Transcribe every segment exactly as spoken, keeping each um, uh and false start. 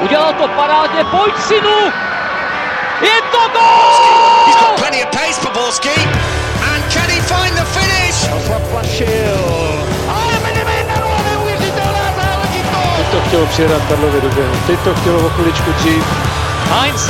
Udělal to parádně, pojď synu! Je to gól! He's got plenty of pace for Borski. And can he find the finish? Zaplašil. Ale Medemena, neuvěřitelná záležitost! Teď to chtělo přijedat Karlově do běhu. Teď to chtělo o chviličku dřív. Heinz!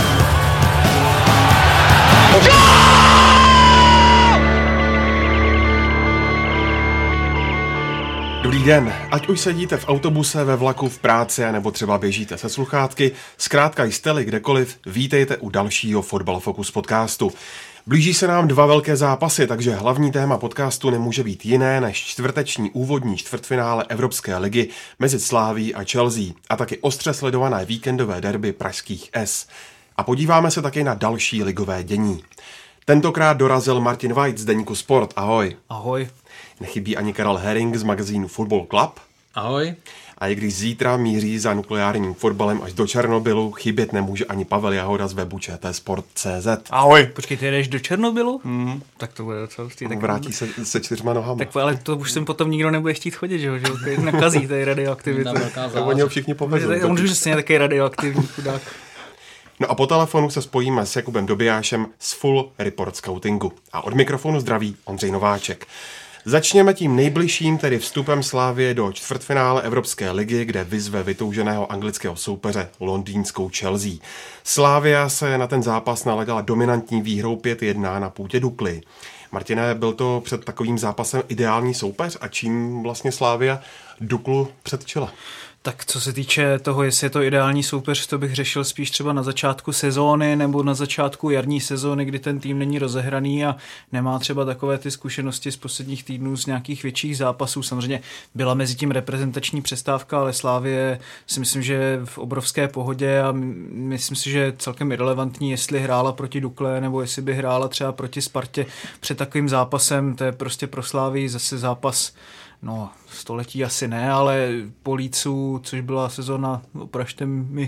Dobrý den, ať už sedíte v autobuse, ve vlaku, v práci, nebo třeba běžíte se sluchátky, zkrátka jste-li kdekoliv, vítejte u dalšího Fotbal Focus podcastu. Blíží se nám dva velké zápasy, takže hlavní téma podcastu nemůže být jiné než čtvrteční úvodní čtvrtfinále Evropské ligy mezi Slavií a Chelsea a taky ostře sledované víkendové derby pražských S. A podíváme se taky na další ligové dění. Tentokrát dorazil Martin White z deníku Sport. Ahoj. Ahoj. Nechybí ani Karel Herring z magazínu Football Club. Ahoj. A i když zítra míří za nukleárním fotbalem až do Černobylu, chybět nemůže ani Pavel Jahoda z webu č t sport tečka c z. Ahoj. Počkej, ty jedeš do Černobylu? Mm. Tak to bude docela hustý. Vrátí se se čtyřma nohama. Tak ale to už sem potom nikdo nebude chtít chodit, že jo? Že nakazí tady radioaktivitu. Oni ho všichni povedou. On už je taky radioaktivní chudák. No a po telefonu se spojíme s Jakubem Dobijášem z Full Report Scoutingu. A od mikrofonu zdraví Ondřej Nováček. Začněme tím nejbližším, tedy vstupem Slavie do čtvrtfinále Evropské ligy, kde vyzve vytouženého anglického soupeře londýnskou Chelsea. Slavia se na ten zápas naladila dominantní výhrou pět jedna na půdě Dukly. Martine, byl to před takovým zápasem ideální soupeř a čím vlastně Slavia Duklu předčila? Tak co se týče toho, jestli je to ideální soupeř, to bych řešil spíš třeba na začátku sezóny nebo na začátku jarní sezóny, kdy ten tým není rozehraný a nemá třeba takové ty zkušenosti z posledních týdnů z nějakých větších zápasů. Samozřejmě byla mezi tím reprezentační přestávka, ale Slavie si myslím, že je v obrovské pohodě a myslím si, že je celkem irelevantní, jestli hrála proti Dukle nebo jestli by hrála třeba proti Spartě před takovým zápasem. To je prostě pro Slavii zase zápas, no, století asi ne, ale po Lícu, což byla sezona, opražte mi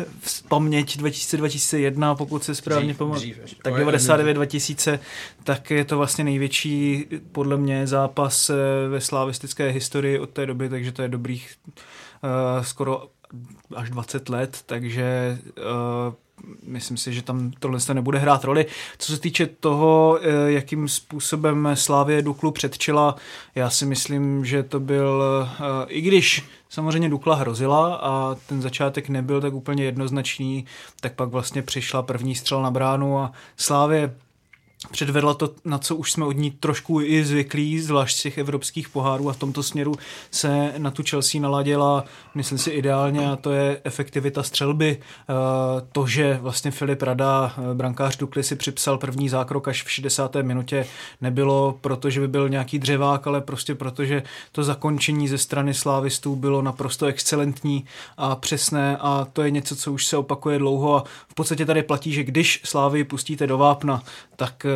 paměť dva tisíce dva tisíce jedna, pokud se správně pamatuju, tak devadesát devět dva tisíce, tak je to vlastně největší podle mě zápas ve slavistické historii od té doby, takže to je dobrých uh, skoro až dvacet let, takže uh, myslím si, že tam tohle se nebude hrát roli. Co se týče toho, jakým způsobem Slavie Duklu předčila, já si myslím, že to byl, i když samozřejmě Dukla hrozila a ten začátek nebyl tak úplně jednoznačný, tak pak vlastně přišla první střel na bránu a Slavie předvedla to, na co už jsme od ní trošku i zvyklí, zvlášť z těch evropských pohárů a v tomto směru se na tu Chelsea naladila, myslím si, ideálně a to je efektivita střelby. To, že vlastně Filip Rada, brankář Dukly, si připsal první zákrok až v šedesáté minutě, nebylo proto, že by byl nějaký dřevák, ale prostě proto, že to zakončení ze strany slávistů bylo naprosto excelentní a přesné a to je něco, co už se opakuje dlouho a v podstatě tady platí, že když Slavii pustíte do vápna, tak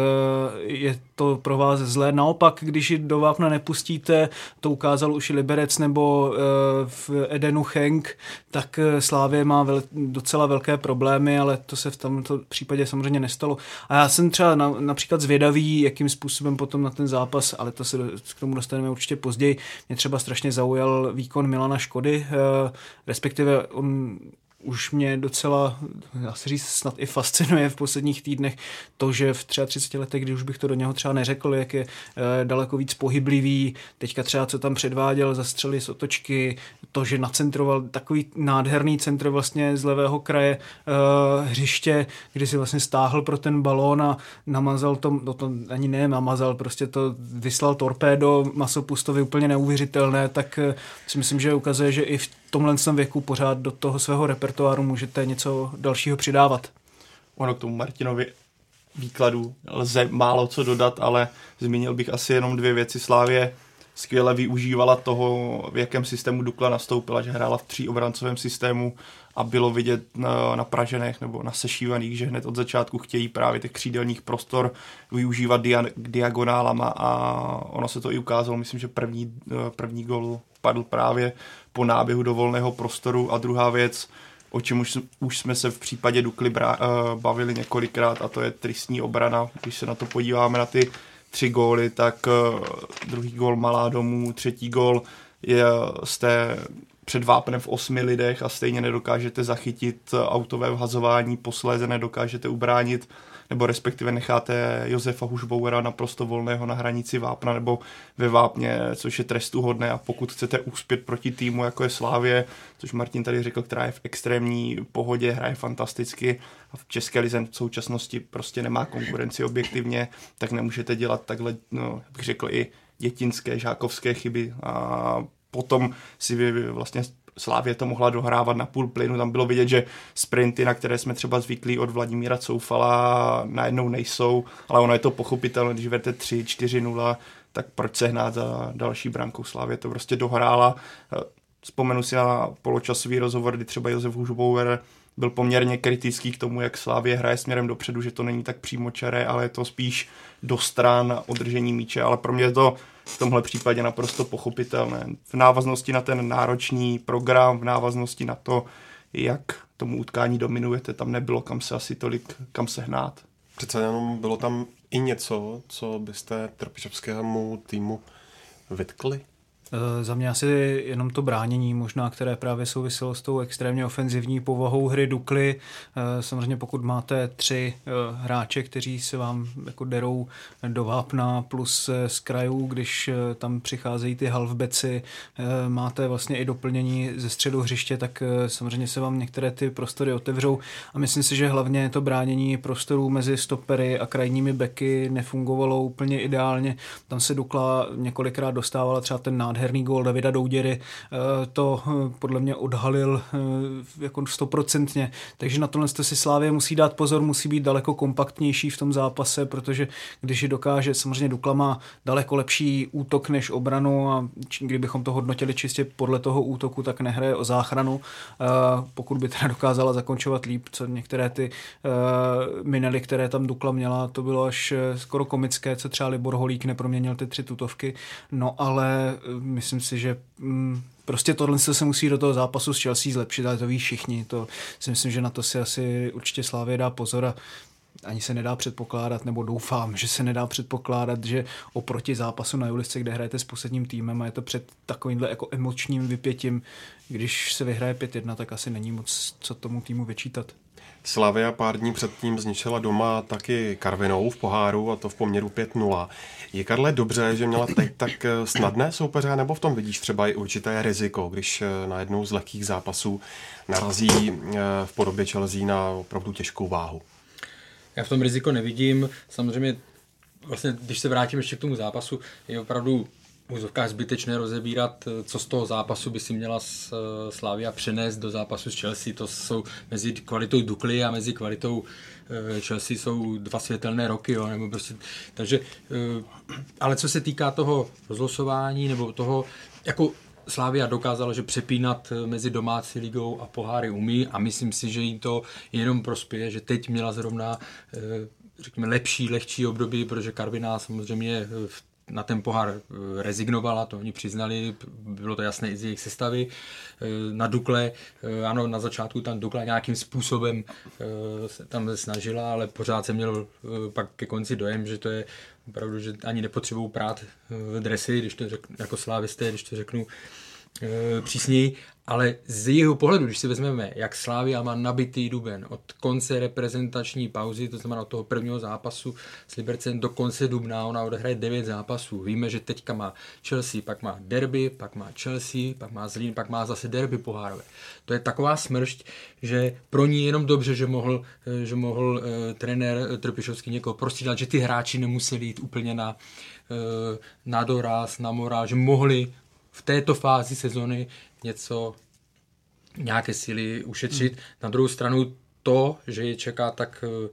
je to pro vás zlé. Naopak, když ji do vápna nepustíte, to ukázal už i Liberec nebo v Edenu Henk, tak Slavie má vel, docela velké problémy, ale to se v tomto případě samozřejmě nestalo. A já jsem třeba na, například zvědavý, jakým způsobem potom na ten zápas, ale to se k tomu dostaneme určitě později. Mě třeba strašně zaujal výkon Milana Škody, respektive on už mě docela, dá se říct, snad i fascinuje v posledních týdnech to, že v třiceti třech letech, kdy už bych to do něho třeba neřekl, jak je e, daleko víc pohyblivý, teďka třeba co tam předváděl za střely z otočky, to, že nacentroval takový nádherný centr vlastně z levého kraje e, hřiště, kdy si vlastně stáhl pro ten balón a namazal to, no to ani ne namazal, prostě to vyslal torpédo Masopustovi úplně neuvěřitelné, tak e, si myslím, že ukazuje, že i v tomhle věku pořád do toho svého repertoáru můžete něco dalšího přidávat. Ono k tomu Martinovi výkladu lze málo co dodat, ale zmínil bych asi jenom dvě věci. Slavie skvěle využívala toho, v jakém systému Dukla nastoupila, že hrála v tříobrancovém systému a bylo vidět na, na Praženech nebo na sešívaných, že hned od začátku chtějí právě těch křídelních prostor využívat dia, diagonálama a ono se to i ukázalo. Myslím, že první, první gol padl právě po náběhu do volného prostoru a druhá věc, o čem už, už jsme se v případě Dukly brá, uh, bavili několikrát a to je tristní obrana. Když se na to podíváme na ty tři góly, tak uh, druhý gól Malá domů, třetí gól je z té před vápnem v osmi lidech a stejně nedokážete zachytit autové vhazování, posléze nedokážete ubránit, nebo respektive necháte Josefa Hušbauera naprosto volného na hranici vápna nebo ve vápně, což je trestuhodné, a pokud chcete uspět proti týmu, jako je Slavie, což Martin tady řekl, která je v extrémní pohodě, hraje fantasticky a v české lize v současnosti prostě nemá konkurenci objektivně, tak nemůžete dělat takhle, no, bych řekl, i dětinské, žákovské chyby a potom si vy vlastně Slavie to mohla dohrávat na půl plynu, tam bylo vidět, že sprinty, na které jsme třeba zvyklí od Vladimíra Coufala, najednou nejsou, ale ono je to pochopitelné, když vedete tři čtyři nula, tak proč sehnat za další brankou? Slavie to prostě dohrála. Vzpomenu si na poločasový rozhovor, kdy třeba Josef Hušbauer byl poměrně kritický k tomu, jak Slavie hraje směrem dopředu, že to není tak přímočaré, ale je to spíš do stran održení míče, ale pro mě je to v tomhle případě naprosto pochopitelné. V návaznosti na ten náročný program, v návaznosti na to, jak tomu utkání dominujete, tam nebylo kam se asi tolik, kam se hnát. Přece jenom bylo tam i něco, co byste trpišovskému týmu vytkli? Za mě asi jenom to bránění možná, které právě souviselo s tou extrémně ofenzivní povahou hry Dukly. Samozřejmě pokud máte tři hráče, kteří se vám jako derou do vápna plus z krajů, když tam přicházejí ty halfbeci, máte vlastně i doplnění ze středu hřiště, tak samozřejmě se vám některé ty prostory otevřou a myslím si, že hlavně to bránění prostorů mezi stopery a krajními beky nefungovalo úplně ideálně. Tam se Dukla několikrát dostávala třeba ten nádherný herný gól Davida Douděry, to podle mě odhalil jako stoprocentně. Takže na tohle si Slavie musí dát pozor, musí být daleko kompaktnější v tom zápase, protože když ji dokáže, samozřejmě Dukla má daleko lepší útok než obranu a kdybychom to hodnotili čistě podle toho útoku, tak nehraje o záchranu. Pokud by teda dokázala zakončovat líp, co některé ty minely, které tam Dukla měla, to bylo až skoro komické, co třeba Libor Holík neproměnil ty tři tutovky. No ale myslím si, že mm, prostě tohle se musí do toho zápasu s Chelsea zlepšit, ale to ví všichni. To si myslím, že na to si asi určitě Slavie dá pozor a ani se nedá předpokládat, nebo doufám, že se nedá předpokládat, že oproti zápasu na Julisce, kde hrajete s posledním týmem a je to před takovýmhle jako emočním vypětím, když se vyhraje pět jedna, tak asi není moc co tomu týmu vyčítat. Slavia pár dní předtím zničila doma taky Karvinou v poháru a to v poměru pět nula. Je, Karle, dobře, že měla teď tak snadné soupeře, nebo v tom vidíš třeba i určité riziko, když na jednou z lehkých zápasů narazí v podobě Chelsea na opravdu těžkou váhu? Já v tom riziko nevidím. Samozřejmě, vlastně, když se vrátím ještě k tomu zápasu, je opravdu v úzovkách zbytečné rozebírat, co z toho zápasu by si měla Slavia přenést do zápasu s Chelsea. To jsou mezi kvalitou Dukly a mezi kvalitou Chelsea jsou dva světelné roky. Jo, nebo prostě, takže, ale co se týká toho rozlosování nebo toho, jako Slavia dokázala, že přepínat mezi domácí ligou a poháry umí a myslím si, že jí to jenom prospěje, že teď měla zrovna řekněme lepší, lehčí období, protože Karviná samozřejmě v na ten pohár rezignovala, to oni přiznali, bylo to jasné i z jejich sestavy. Na Dukle, ano, na začátku tam Dukla nějakým způsobem se tam snažila, ale pořád jsem měl pak ke konci dojem, že to je opravdu, že ani nepotřebují prát dresy, když to řeknu, jako slávisté, když to řeknu přísněji, ale z jeho pohledu, když si vezmeme, jak Slavia má nabitý duben od konce reprezentační pauzy, to znamená od toho prvního zápasu s Libercem do konce dubna, ona odehraje devět zápasů. Víme, že teďka má Chelsea, pak má derby, pak má Chelsea, pak má Zlín, pak má zase derby pohárové. To je taková smršť, že pro ní jenom dobře, že mohl, že mohl uh, trenér Trpišovský někoho prostřídat, že ty hráči nemuseli jít úplně na, uh, na doraz, na morál, že mohli v této fázi sezony něco, nějaké síly ušetřit. Hmm. Na druhou stranu to, že je čeká tak uh,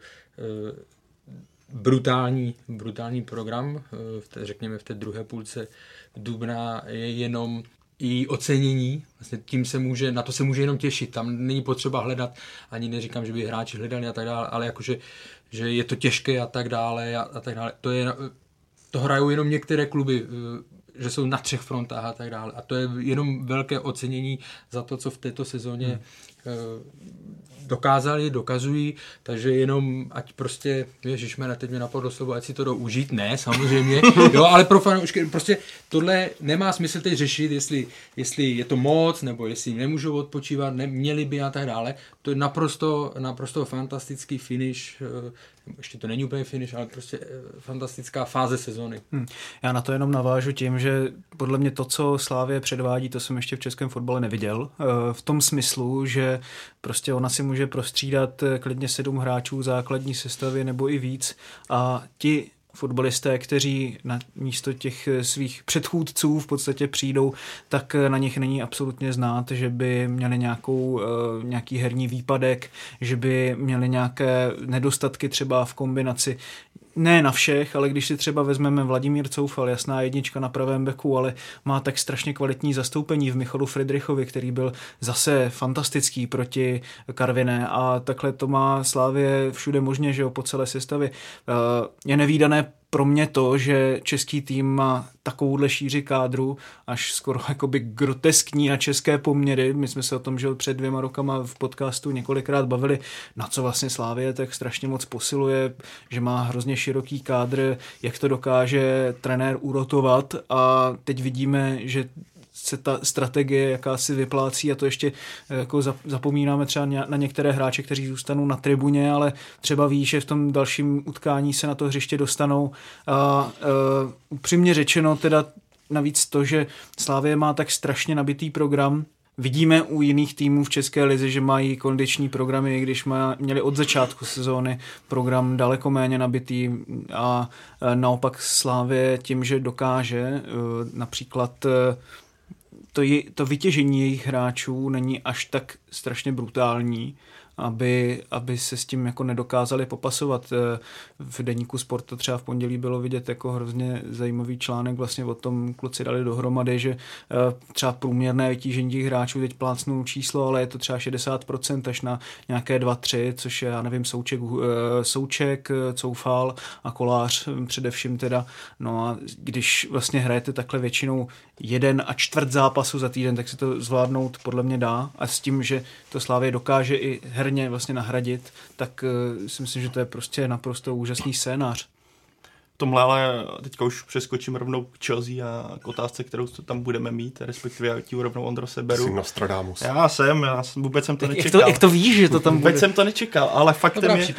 brutální, brutální program, uh, v té, řekněme v té druhé půlce dubna, je jenom i ocenění. Vlastně tím se může, na to se může jenom těšit. Tam není potřeba hledat, ani neříkám, že by hráči hledali a tak dále, ale jakože že je to těžké a tak dále a, a tak dále. To, je, to hrajou jenom některé kluby, uh, že jsou na třech frontách a tak dále. A to je jenom velké ocenění za to, co v této sezóně dokázali, dokazují, takže jenom ať prostě, ježišmene, teď mě napadlo slovo, ať si to jdou užít, ne, samozřejmě, jo, ale pro fanoušky, prostě tohle nemá smysl teď řešit, jestli, jestli je to moc, nebo jestli nemůžou odpočívat, neměli by a tak dále, to je naprosto, naprosto fantastický finish, ještě to není úplně finish, ale prostě fantastická fáze sezony. Hmm. Já na to jenom navážu tím, že podle mě to, co Slavie předvádí, to jsem ještě v českém fotbale neviděl. V tom smyslu, že prostě ona si může prostřídat klidně sedm hráčů základní sestavy nebo i víc a ti fotbalisté, kteří na místo těch svých předchůdců v podstatě přijdou, tak na nich není absolutně znát, že by měli nějakou, nějaký herní výpadek, že by měli nějaké nedostatky třeba v kombinaci. Ne na všech, ale když si třeba vezmeme Vladimír Coufal, jasná jednička na pravém beku, ale má tak strašně kvalitní zastoupení v Michalu Friedrichovi, který byl zase fantastický proti Karviné a takhle to má Slavie všude možně, že jo, po celé sestavě. Je nevídané pro mě to, že český tým má takovouhle šíři kádru, až skoro jakoby groteskní na české poměry. My jsme se o tom, že před dvěma rokama v podcastu několikrát bavili, na co vlastně Slavie tak strašně moc posiluje, že má hrozně široký kádr, jak to dokáže trenér urotovat a teď vidíme, že se ta strategie jakási vyplácí a to ještě jako zapomínáme třeba na některé hráče, kteří zůstanou na tribuně, ale třeba ví, že v tom dalším utkání se na to hřiště dostanou a uh, upřímně řečeno teda navíc to, že Slavie má tak strašně nabitý program. Vidíme u jiných týmů v České lize, že mají kondiční programy, když má, měli od začátku sezóny program daleko méně nabitý a naopak Slavie tím, že dokáže uh, například uh, To, je, to vytěžení jejich hráčů není až tak strašně brutální, aby, aby se s tím jako nedokázali popasovat. V deníku Sport to třeba v pondělí bylo vidět jako hrozně zajímavý článek, vlastně o tom kluci dali dohromady, že třeba průměrné vytížení těch hráčů, teď plácnou číslo, ale je to třeba šedesát procent až na nějaké dva tři, což je, já nevím, Souček, Souček, Coufal a Kolář především teda. No a když vlastně hrajete takhle většinou jeden a čtvrt zápasu za týden, tak se to zvládnout podle mě dá a s tím, že to Slavie dokáže i herně vlastně nahradit, tak uh, si myslím, že to je prostě naprosto úžasný scénář. Tomhle ale teďka už přeskočím rovnou k Chelsea a k otázce, kterou tam budeme mít, respektive já ti rovnou, Ondro, seberu. Jsi Nostradamus. Já jsem, já jsem, vůbec jsem to jak, nečekal. Jak to, jak to víš, že to tam bude? Vůbec jsem to nečekal, ale faktem je...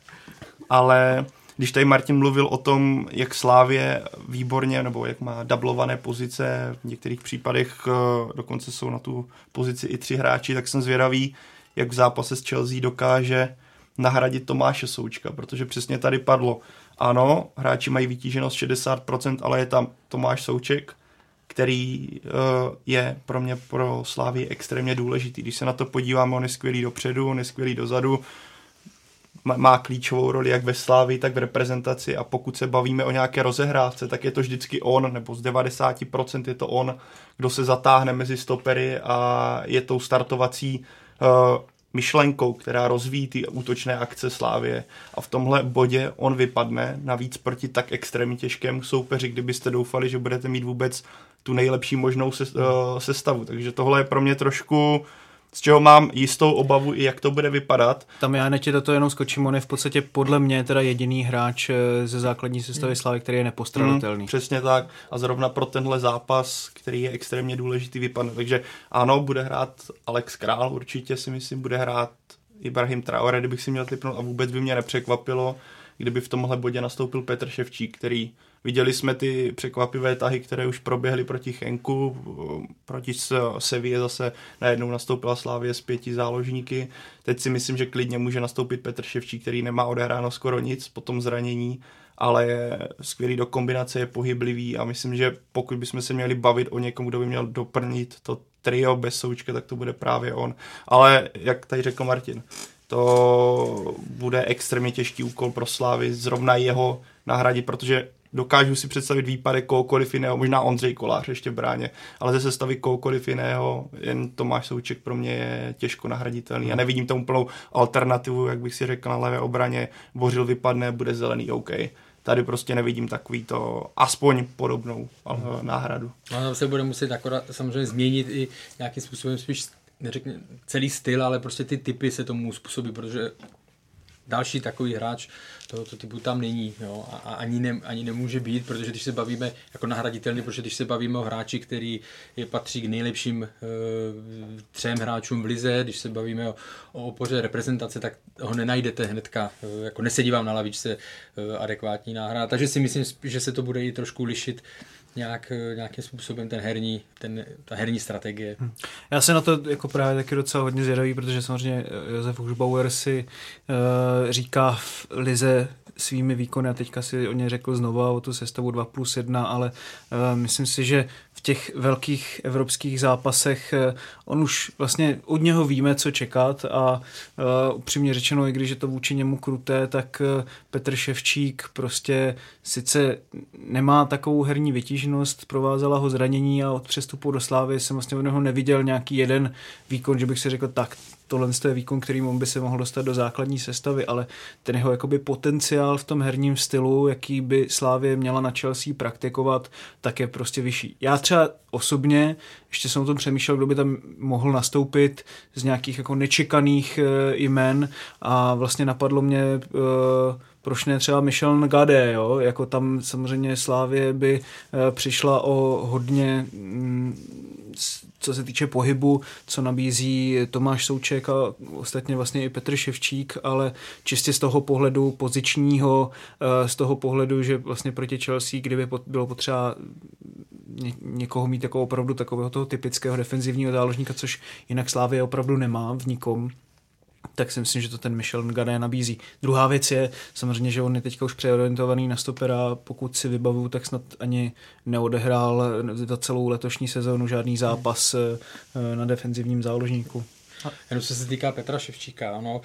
ale když tady Martin mluvil o tom, jak Slavie výborně, nebo jak má dublované pozice, v některých případech dokonce jsou na tu pozici i tři hráči, tak jsem zvědavý, jak v zápase s Chelsea dokáže nahradit Tomáše Součka, protože přesně tady padlo, ano, hráči mají vytíženost šedesát procent, ale je tam Tomáš Souček, který uh, je pro mě pro Slavii extrémně důležitý. Když se na to podíváme, on je skvělý dopředu, on je skvělý dozadu, má, má klíčovou roli jak ve Slavii, tak v reprezentaci a pokud se bavíme o nějaké rozehrávce, tak je to vždycky on, nebo z devadesát procent je to on, kdo se zatáhne mezi stopery a je tou startovací uh, myšlenkou, která rozvíjí ty útočné akce Slavie a v tomhle bodě on vypadne, navíc proti tak extrémně těžkému soupeři, kdybyste doufali, že budete mít vůbec tu nejlepší možnou sestavu. Takže tohle je pro mě trošku, z čeho mám jistou obavu i jak to bude vypadat. Tam já netě do toho jenom skočím, on je v podstatě podle mě teda jediný hráč ze základní sestavy Slavie, který je nepostradatelný. Mm, přesně tak a zrovna pro tenhle zápas, který je extrémně důležitý, vypadne. Takže ano, bude hrát Alex Král, určitě si myslím, bude hrát Ibrahim Traoré, kdybych si měl tipnout a vůbec by mě nepřekvapilo, kdyby v tomhle bodě nastoupil Petr Ševčík, který viděli jsme ty překvapivé tahy, které už proběhly proti Chenku, proti Sevilla zase najednou nastoupila Slavie s pěti záložníky. Teď si myslím, že klidně může nastoupit Petr Ševčík, který nemá odehráno skoro nic po tom zranění, ale je skvělý do kombinace, je pohyblivý a myslím, že pokud bychom se měli bavit o někom, kdo by měl doplnit to trio bez Součka, tak to bude právě on. Ale jak tady řekl Martin, to bude extrémně těžký úkol pro Slavii zrovna jeho nahradit, protože dokážu si představit výpadek kohokoliv jiného, možná Ondřej Kolář ještě v bráně, ale ze sestavy kohokoliv jiného, jen Tomáš Souček pro mě je těžko nahraditelný. Já nevidím tomu plnou alternativu, jak bych si řekl, na levé obraně, Bořil vypadne, bude Zelený, OK. Tady prostě nevidím takový to, aspoň podobnou náhradu. No, se bude muset akorát samozřejmě změnit i nějakým způsobem spíš neřekne celý styl, ale prostě ty typy se tomu způsobí, protože další takový hráč tohoto typu tam není, jo, a ani, ne, ani nemůže být, protože když se bavíme jako nahraditelný, protože když se bavíme o hráči, který je, patří k nejlepším e, třem hráčům v lize, když se bavíme o, o opoře reprezentace, tak ho nenajdete hnedka, e, jako nesedí vám na lavičce e, adekvátní náhrada, takže si myslím, že se to bude i trošku lišit nějak, nějakým způsobem ten herní, ten, ta herní strategie. Hmm. Já se na to jako právě taky docela hodně zvědavý, protože samozřejmě Josef Husbauer si uh, říká v lize svými výkony a teďka si o ně řekl znova o tu sestavu dva plus jedna, ale uh, myslím si, že v těch velkých evropských zápasech uh, on už vlastně od něho víme, co čekat a uh, upřímně řečeno, i když je to vůči němu kruté, tak uh, Petr Ševčík prostě sice nemá takovou herní vytíženost, provázela ho zranění a od přestupu do Slávy jsem vlastně od něho neviděl nějaký jeden výkon, že bych si řekl, tak tohle je výkon, kterým on by se mohl dostat do základní sestavy, ale ten jeho jakoby potenciál v tom herním stylu, jaký by Slávie měla na Chelsea praktikovat, tak je prostě vyšší. Já třeba osobně, ještě jsem o tom přemýšlel, kdo by tam mohl nastoupit z nějakých jako nečekaných e, jmen a vlastně napadlo mě e, proč ne třeba Michel Ngade, jo? Jako tam samozřejmě Slávie by e, přišla o hodně mm, co se týče pohybu, co nabízí Tomáš Souček a ostatně vlastně i Petr Ševčík, ale čistě z toho pohledu pozičního, z toho pohledu, že vlastně proti Chelsea, kdyby bylo potřeba někoho mít jako opravdu takového toho typického defenzivního záložníka, což jinak Slavia opravdu nemá v nikom, tak si myslím, že to ten Michel Ngade nabízí. Druhá věc je samozřejmě, že on je teďka už přeorientovaný na stopera, pokud si vybavuju, tak snad ani neodehrál za celou letošní sezónu žádný zápas na defenzivním záložníku. Jenom co se týká Petra Ševčíka, ano,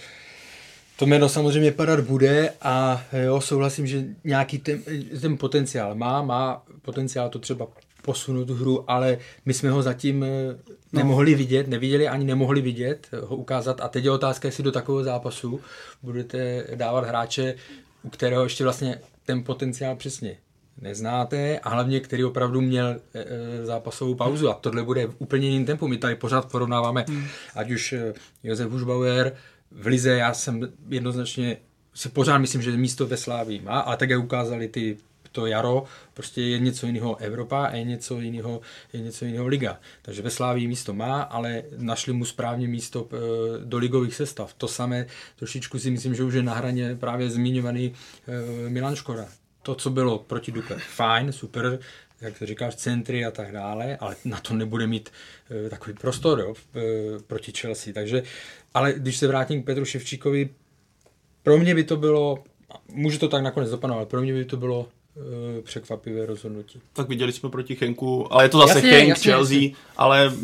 to jméno samozřejmě padat bude a jo, souhlasím, že nějaký ten, ten potenciál má, má potenciál to třeba posunout tu hru, ale my jsme ho zatím nemohli vidět, neviděli ani nemohli vidět, ho ukázat a teď je otázka, jestli do takového zápasu budete dávat hráče, u kterého ještě vlastně ten potenciál přesně neznáte a hlavně, který opravdu měl e, zápasovou pauzu a tohle bude v úplně jiném tempu. My tady pořád porovnáváme, hmm. ať už Josef Husbauer v lize, já jsem jednoznačně si pořád myslím, že místo ve Slávii má, ale tak jak ukázali ty to jaro, prostě je něco jiného Evropa a je něco jiného, je něco jiného liga. Takže ve Slávii místo má, ale našli mu správně místo e, do ligových sestav. To samé trošičku si myslím, že už je na hraně právě zmiňovaný e, Milan Škoda. To, co bylo proti Dukle, fajn, super, jak to říkáš, centry a tak dále, ale na to nebude mít e, takový prostor, jo, e, proti Chelsea. Takže, ale když se vrátím k Petru Ševčíkovi, pro mě by to bylo, může to tak nakonec dopadnout, ale pro mě by to bylo překvapivé rozhodnutí. Tak viděli jsme proti Henku, ale je to zase jasně, Henk, jasně, Chelsea, jasně. Ale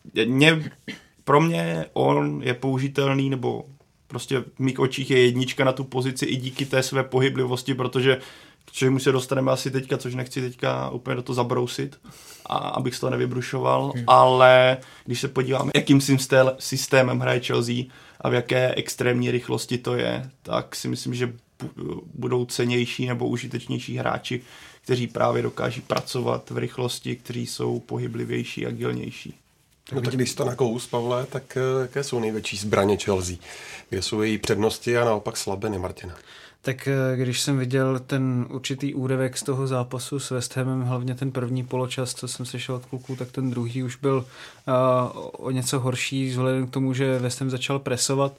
mě, pro mě on je použitelný, nebo prostě v mých očích je jednička na tu pozici i díky té své pohyblivosti, protože k čemu se dostaneme asi teďka, což nechci teďka úplně do toho zabrousit, a abych se to nevybrušoval, hmm. ale když se podíváme, jakým systémem hraje Chelsea a v jaké extrémní rychlosti to je, tak si myslím, že budou cennější nebo užitečnější hráči, kteří právě dokáží pracovat v rychlosti, kteří jsou pohyblivější, agilnější. No tak když to nakous, Pavle, tak jaké jsou největší zbraně Chelsea? Kde jsou její přednosti a naopak slabiny, Martina? Tak když jsem viděl ten určitý úryvek z toho zápasu s West Hamem, hlavně ten první poločas, co jsem slyšel od kluků, tak ten druhý už byl uh, o něco horší, vzhledem k tomu, že West Ham začal presovat.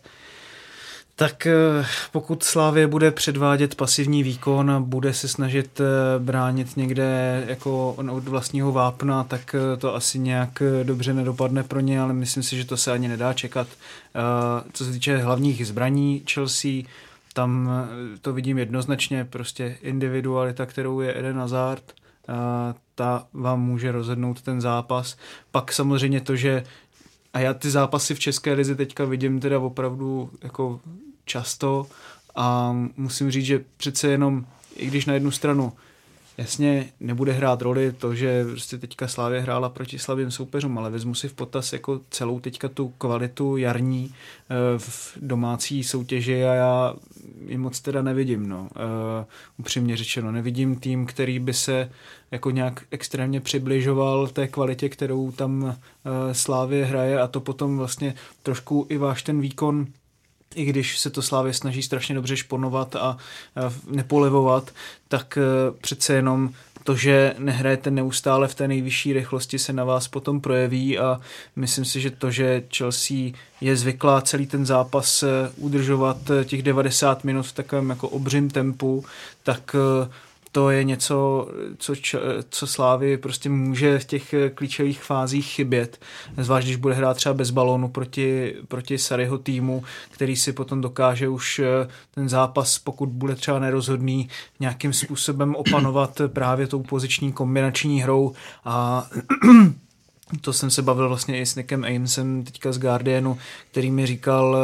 Tak pokud Slavie bude předvádět pasivní výkon a bude se snažit bránit někde jako od vlastního vápna, tak to asi nějak dobře nedopadne pro ně, ale myslím si, že to se ani nedá čekat. Co se týče hlavních zbraní Chelsea, tam to vidím jednoznačně, prostě individualita, kterou je Eden Hazard, ta vám může rozhodnout ten zápas. Pak samozřejmě to, že a já ty zápasy v České lize teďka vidím teda opravdu jako často a musím říct, že přece jenom, i když na jednu stranu jasně nebude hrát roli to, že prostě teďka Slavia hrála proti slabým soupeřům, ale vezmu si v potaz jako celou teďka tu kvalitu jarní v domácí soutěži a já ji moc teda nevidím. No. Upřímně řečeno, nevidím tým, který by se jako nějak extrémně přibližoval té kvalitě, kterou tam Slavia hraje, a to potom vlastně trošku i váš ten výkon, i když se to Slavia snaží strašně dobře šponovat a nepolevovat, tak přece jenom to, že nehrajete neustále v té nejvyšší rychlosti, se na vás potom projeví, a myslím si, že to, že Chelsea je zvyklá celý ten zápas udržovat těch devadesát minut v takovém jako obřím tempu, tak to je něco, co, co Slavii prostě může v těch klíčových fázích chybět. Zvlášť, když bude hrát třeba bez balónu proti, proti Sarriho týmu, který si potom dokáže už ten zápas, pokud bude třeba nerozhodný, nějakým způsobem opanovat právě tou poziční kombinační hrou. A to jsem se bavil vlastně i s Nickem Amesem teďka z Guardianu, který mi říkal,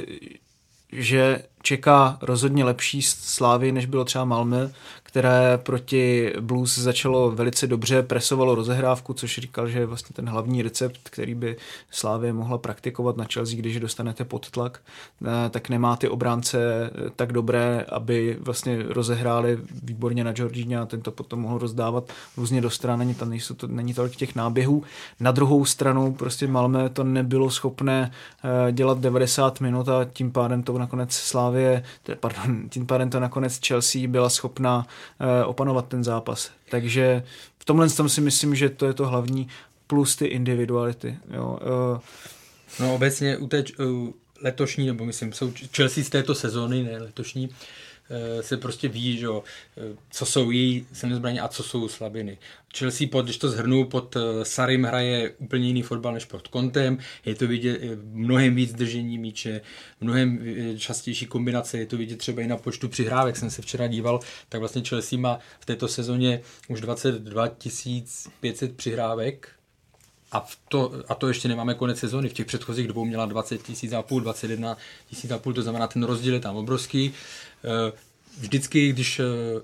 že čeká rozhodně lepší Slavii, než bylo třeba Malmö, které proti Blues začalo velice dobře, presovalo rozehrávku, což říkal, že je vlastně ten hlavní recept, který by Slavie mohla praktikovat na Chelsea, když dostanete pod tlak, tak nemá ty obránce tak dobré, aby vlastně rozehráli výborně na Jorginha a ten to potom mohl rozdávat různě do stran, není tam nejsou to, není tolik těch náběhů. Na druhou stranu prostě Malmö to nebylo schopné dělat devadesát minut a tím pádem to nakonec Slavie, pardon, tím pádem to nakonec Chelsea byla schopná opanovat ten zápas. Takže v tomhle tom si myslím, že to je to hlavní, plus ty individuality. Jo. No obecně u té letošní, nebo myslím, jsou Chelsea z této sezóny, ne letošní, se prostě ví, že co jsou její silné zbraně a co jsou slabiny. Chelsea, pod, když to shrnu, pod Sarrim hraje úplně jiný fotbal než pod Contem, je to vidět mnohem víc držení míče, mnohem častější kombinace, je to vidět třeba i na počtu přihrávek, jsem se včera díval, tak vlastně Chelsea má v této sezóně už dvacet dva tisíc pět set přihrávek, A, v to, a to ještě nemáme konec sezóny. V těch předchozích dvou měla dvacet tisíc a půl, dvacet jedna tisíc a půl, to znamená, ten rozdíl je tam obrovský. Vždycky, když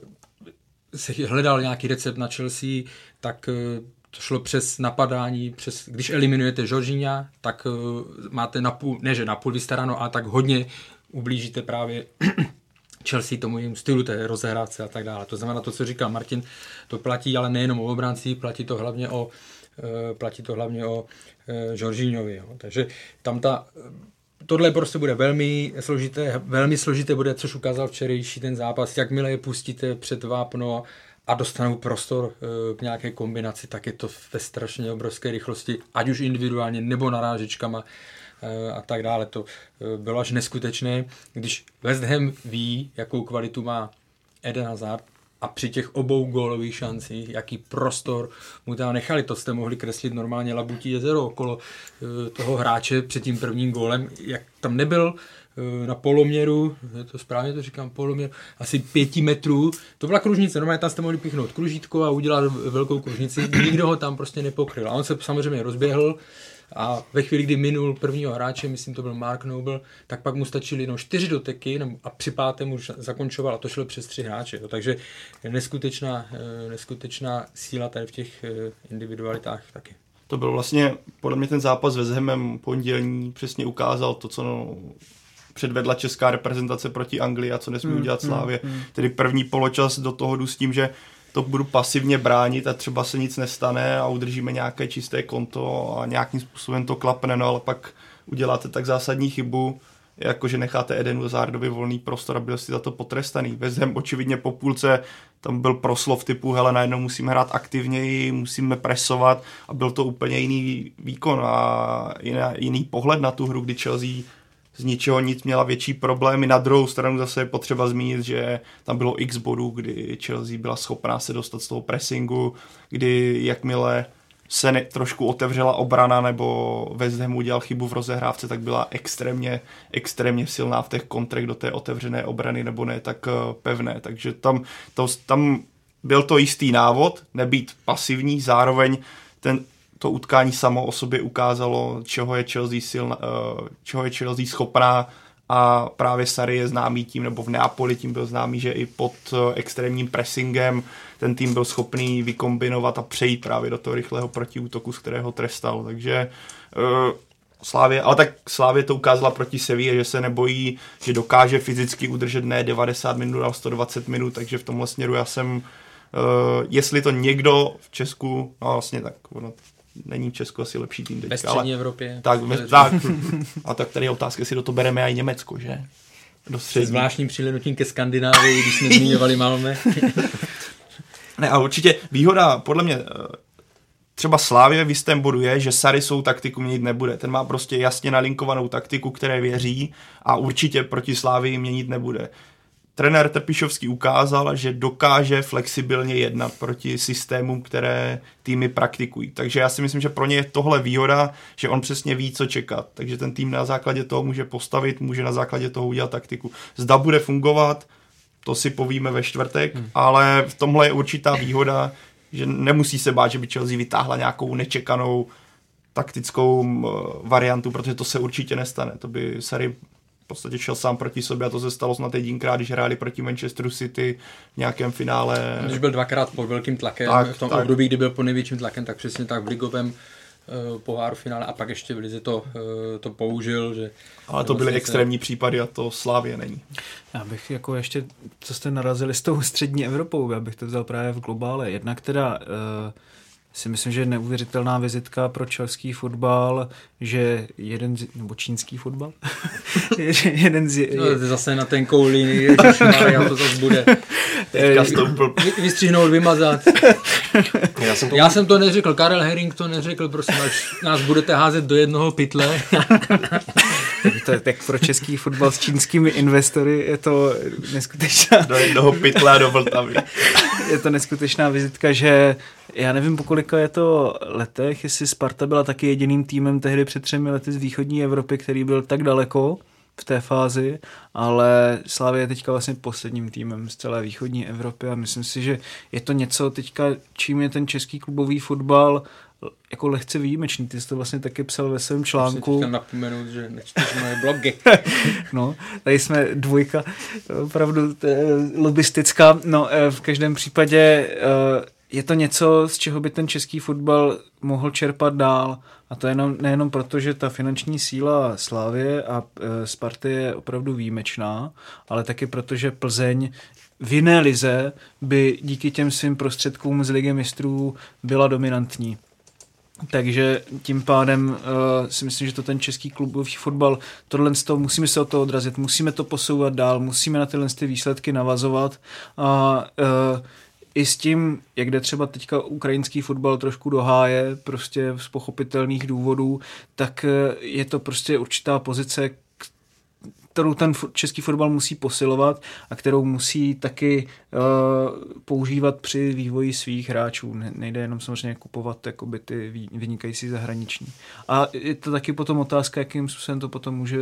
se hledal nějaký recept na Chelsea, tak to šlo přes napadání, přes, když eliminujete Jorginha, tak máte napůl, ne že napůl vystaráno, ale tak hodně ublížíte právě Chelsea tomu jim stylu té rozehrávce a tak dále. To znamená to, co říkal Martin, to platí ale nejenom o obránci, platí to hlavně o platí to hlavně o Jorginhovi. Jo. Takže tam ta, tohle prostě bude velmi složité, velmi složité bude, což ukázal včerejší ten zápas. Jakmile je pustíte před vápno a dostanou prostor k nějaké kombinaci, tak je to ve strašně obrovské rychlosti, ať už individuálně nebo narážečkama a tak dále. To bylo až neskutečné, když West Ham ví, jakou kvalitu má Eden Hazard, a při těch obou gólových šancích, jaký prostor mu tam nechali, to jste mohli kreslit normálně Labutí jezero okolo toho hráče před tím prvním gólem, jak tam nebyl na poloměru, to správně to říkám, poloměr, asi pěti metrů, to byla kružnice, normálně tam jste mohli píchnout kružítko a udělat velkou kružnici, nikdo ho tam prostě nepokryl. A on se samozřejmě rozběhl, a ve chvíli, kdy minul prvního hráče, myslím, to byl Mark Noble, tak pak mu stačily jenom čtyři doteky a při pátém už zakončoval a to šlo přes tři hráče. Takže neskutečná, neskutečná síla tady v těch individualitách taky. To byl vlastně, podle mě ten zápas s West Hamem pondělní přesně ukázal to, co no, předvedla česká reprezentace proti Anglii a co nesmí hmm, udělat Slavie. Hmm, hmm. Tedy první poločas do toho jdu s tím, že to budu pasivně bránit a třeba se nic nestane a udržíme nějaké čisté konto a nějakým způsobem to klapne, no ale pak uděláte tak zásadní chybu, jakože necháte Edenu Hazardovi volný prostor a byl si za to potrestaný. West Ham očividně po půlce tam byl proslov typu, hele, najednou musíme hrát aktivněji, musíme presovat a byl to úplně jiný výkon a jiný pohled na tu hru, kdy Chelsea z ničeho nic měla větší problémy. Na druhou stranu zase je potřeba zmínit, že tam bylo x bodů, kdy Chelsea byla schopná se dostat z toho pressingu, kdy jakmile se ne, trošku otevřela obrana nebo West Ham udělal chybu v rozehrávce, tak byla extrémně, extrémně silná v těch kontrech do té otevřené obrany nebo ne tak pevné. Takže tam, to, tam byl to jistý návod, nebýt pasivní, zároveň ten to utkání samo o sobě ukázalo, čeho je Chelsea silna, čeho je Chelsea schopná a právě Sarri je známý tím, nebo v Neapoli tím byl známý, že i pod extrémním pressingem ten tým byl schopný vykombinovat a přejít právě do toho rychlého protiútoku, z kterého trestal, takže uh, Slavie, ale tak Slavie to ukázala proti Seville, že se nebojí, že dokáže fyzicky udržet ne devadesát minut, ale sto dvacet minut, takže v tomhle směru já jsem, uh, jestli to někdo v Česku, no vlastně tak, ono není v Česku asi lepší tým teďka. Ve střední Evropě. Tak, tak, a tak tady je otázka, jestli do toho bereme i Německo, že? Do Se zvláštním přihlédnutím ke Skandinávii, když jsme zmiňovali Malmö. Ne, a určitě výhoda, podle mě, třeba Slavie v jistém bodu je, že Sarri svou taktiku měnit nebude. Ten má prostě jasně nalinkovanou taktiku, které věří a určitě proti Slavii měnit nebude. Trenér Trpišovský ukázal, že dokáže flexibilně jednat proti systémům, které týmy praktikují. Takže já si myslím, že pro ně je tohle výhoda, že on přesně ví, co čekat. Takže ten tým na základě toho může postavit, může na základě toho udělat taktiku. Zda bude fungovat, to si povíme ve čtvrtek, hmm. ale v tomhle je určitá výhoda, že nemusí se bát, že by Chelsea vytáhla nějakou nečekanou taktickou variantu, protože to se určitě nestane. To by Sarri v podstatě šel sám proti sobě a to se stalo snad jedinkrát, když hráli proti Manchesteru City v nějakém finále. Když byl dvakrát pod velkým tlakem, tak, v tom tak. období, kdy byl pod největším tlakem, tak přesně tak v ligovém uh, poháru finále a pak ještě v lize to, uh, to použil. Že ale to byly extrémní se... případy a to Slavie není. Já bych jako ještě, co jste narazili s tou střední Evropou, já bych to vzal právě v globále. Jednak teda uh, si myslím, že je neuvěřitelná vizitka pro český fotbal, že jeden z, nebo čínský fotbal, jeden z... Je, no, zase na tenkou linii, ježišmarja, to zase bude. Teďka stoupil. Vystřihnout, vymazat. Já jsem to, Já jsem to neřekl, Karel Herring to neřekl, prosím, až nás budete házet do jednoho pytle. tak, to, tak pro český fotbal s čínskými investory je to neskutečná... Do jednoho pytle a do Vltavy. Je to neskutečná vizitka, že já nevím, po kolika je to letech, jestli Sparta byla taky jediným týmem tehdy před třemi lety z východní Evropy, který byl tak daleko v té fázi, ale Slavia je teďka vlastně posledním týmem z celé východní Evropy a myslím si, že je to něco teďka, čím je ten český klubový fotbal jako lehce výjimečný. Ty jsi to vlastně taky psal ve svém článku. Musím napomenout, že nečteš moje blogy. No, tady jsme dvojka, opravdu lobistická. No, v každém případě je to něco, z čeho by ten český fotbal mohl čerpat dál. A to jenom, nejenom proto, že ta finanční síla Slavie a e, Sparty je opravdu výjimečná, ale taky proto, že Plzeň v jiné lize by díky těm svým prostředkům z Ligy mistrů byla dominantní. Takže tím pádem uh, si myslím, že to ten český klubový fotbal, tohle z toho, musíme se od toho odrazit, musíme to posouvat dál, musíme na tyhle ty výsledky navazovat a uh, i s tím, jak jde třeba teďka ukrajinský fotbal trošku do háje, prostě z pochopitelných důvodů, tak je to prostě určitá pozice, kterou ten český fotbal musí posilovat a kterou musí taky uh, používat při vývoji svých hráčů. Nejde jenom samozřejmě kupovat jakoby ty vynikající zahraniční. A je to taky potom otázka, jakým způsobem to potom může uh,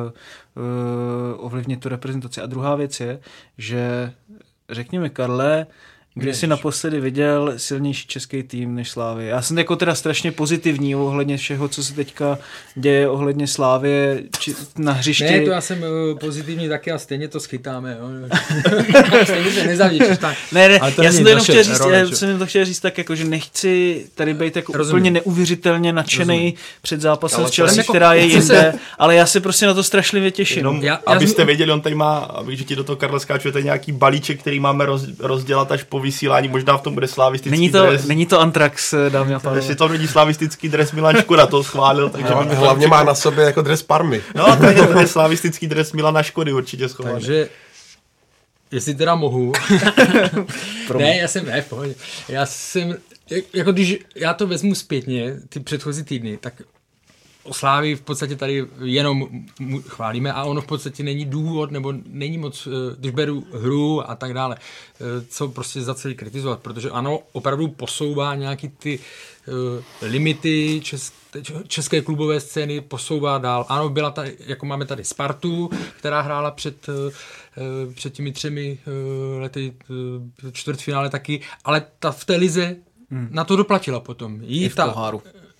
uh, ovlivnit tu reprezentaci. A druhá věc je, že řekněme, Karle, kdy jsi naposledy viděl silnější český tým než Slavie? Já jsem jako teda strašně pozitivní ohledně všeho, co se teďka děje ohledně Slavie či na hřišti. Ne, to já jsem uh, pozitivní taky a stejně to schytáme. Jo. Stejně se nezavděčíš. Tak. Ne, ne, já jsem to jenom chtěl říct, role, já jsem to chtěl říct tak, jako, že nechci tady být jako Rozumím. úplně neuvěřitelně nadšený před zápasem ale s Chelsea, jako, která je jinde, se... ale já se prostě na to strašlivě těším. Jenom, já, já abyste jsem... věděli, on tady má, aby že ti do toho Karle skáčujete nějaký balíček, který máme roz, rozdělat až po vysílání, možná v tom bude slavistický není to, dres. Není to Antrax, dámy a pánové. Jestli to není slavistický dres, Milan Škoda to schválil. Takže no, hlavně má na sobě jako dres Parmy. No, to je, to je slavistický dres Milana Škody určitě schovaný. Takže, jestli teda mohu. ne, já jsem, ne, v pohodě. Já jsem, jako když já to vezmu zpětně, ty předchozí týdny, tak o Slávii v podstatě tady jenom chválíme a ono v podstatě není důvod, nebo není moc, když beru hru a tak dále, co prostě za celý kritizovat, protože ano, opravdu posouvá nějaký ty uh, limity čes, české klubové scény, posouvá dál. Ano, byla tady, jako máme tady Spartu, která hrála před, uh, před těmi třemi uh, lety uh, čtvrtfinále taky, ale ta v té lize hmm. na to doplatila potom. Jí I v ta, poháru.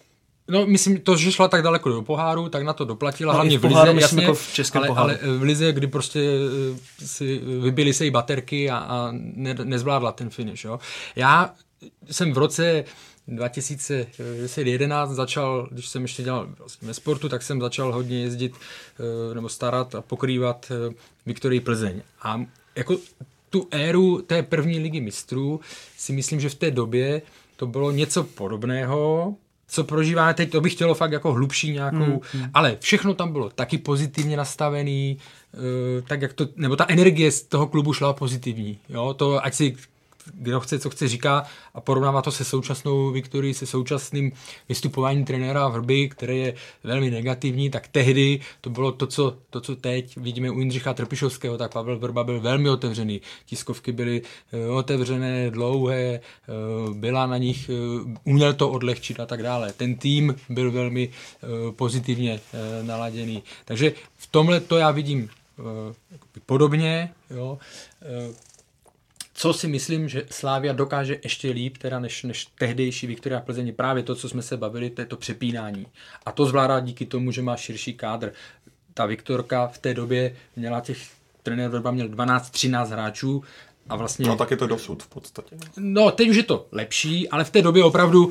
No, myslím, to, že šla tak daleko do poháru, tak na to doplatila, no, hlavně v v lize, poháru, jasně, jako v českém ale, poháru. ale v lize, kdy prostě si vybili se jí baterky a, a ne, nezvládla ten finish. Jo. Já jsem v roce dva tisíce jedenáct začal, když jsem ještě dělal vlastně ve sportu, tak jsem začal hodně jezdit nebo starat a pokrývat Viktorii Plzeň. A jako tu éru té první ligy mistrů si myslím, že v té době to bylo něco podobného, co prožíváme teď, to bych chtělo fakt jako hlubší nějakou, hmm. ale všechno tam bylo taky pozitivně nastavený, tak jak to, nebo ta energie z toho klubu šla pozitivní, jo, to ať si kdo chce, co chce, říká a porovnává to se současnou Viktorií, se současným vystupováním trenéra Vrby, které je velmi negativní, tak tehdy to bylo to, co, to, co teď vidíme u Jindřicha Trpišovského, tak Pavel Vrba byl velmi otevřený. Tiskovky byly uh, otevřené, dlouhé, uh, byla na nich, uh, uměl to odlehčit a tak dále. Ten tým byl velmi uh, pozitivně uh, naladěný. Takže v tomhle to já vidím uh, podobně, jo. Uh, Co si myslím, že Slavia dokáže ještě líp, teda než, než tehdejší Viktoria Plzeň, právě to, co jsme se bavili, to je to přepínání. A to zvládá díky tomu, že má širší kádr. Ta Viktorka v té době měla těch, trenér Vrba měl dvanáct třináct hráčů a vlastně... No tak je to dosud v podstatě. No teď už je to lepší, ale v té době opravdu uh,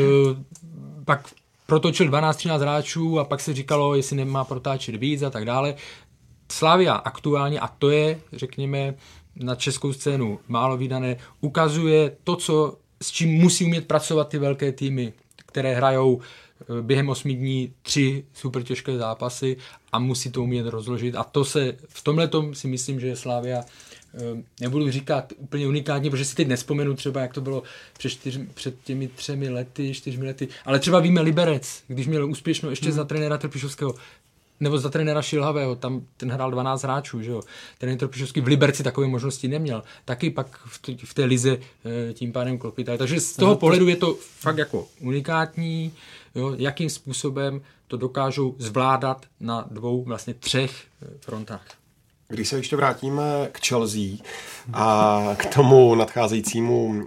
pak protočil dvanáct třináct hráčů a pak se říkalo, jestli nemá protáčet víc a tak dále. Slavia aktuálně, a to je, řekněme, na českou scénu málo vídané, ukazuje to, co, s čím musí umět pracovat ty velké týmy, které hrajou během osmi dní tři super těžké zápasy a musí to umět rozložit. A to se, v tomhletom si myslím, že Slavia, nebudu říkat úplně unikátně, protože si teď nespomenu třeba, jak to bylo před, čtyř, před těmi třemi lety, čtyřmi lety, ale třeba víme Liberec, když měl úspěšnou ještě hmm. za trenéra Trpišovského, nebo za trenéra Šilhavého, tam ten hrál dvanáct hráčů, že jo. Trenér Trpišovský v Liberci takové možnosti neměl. Taky pak v, t- v té lize e, tím pádem klopitali. Takže z toho pohledu je to fakt jako unikátní, jo, jakým způsobem to dokážou zvládat na dvou, vlastně třech frontách. Když se ještě vrátíme k Chelsea a k tomu nadcházejícímu uh,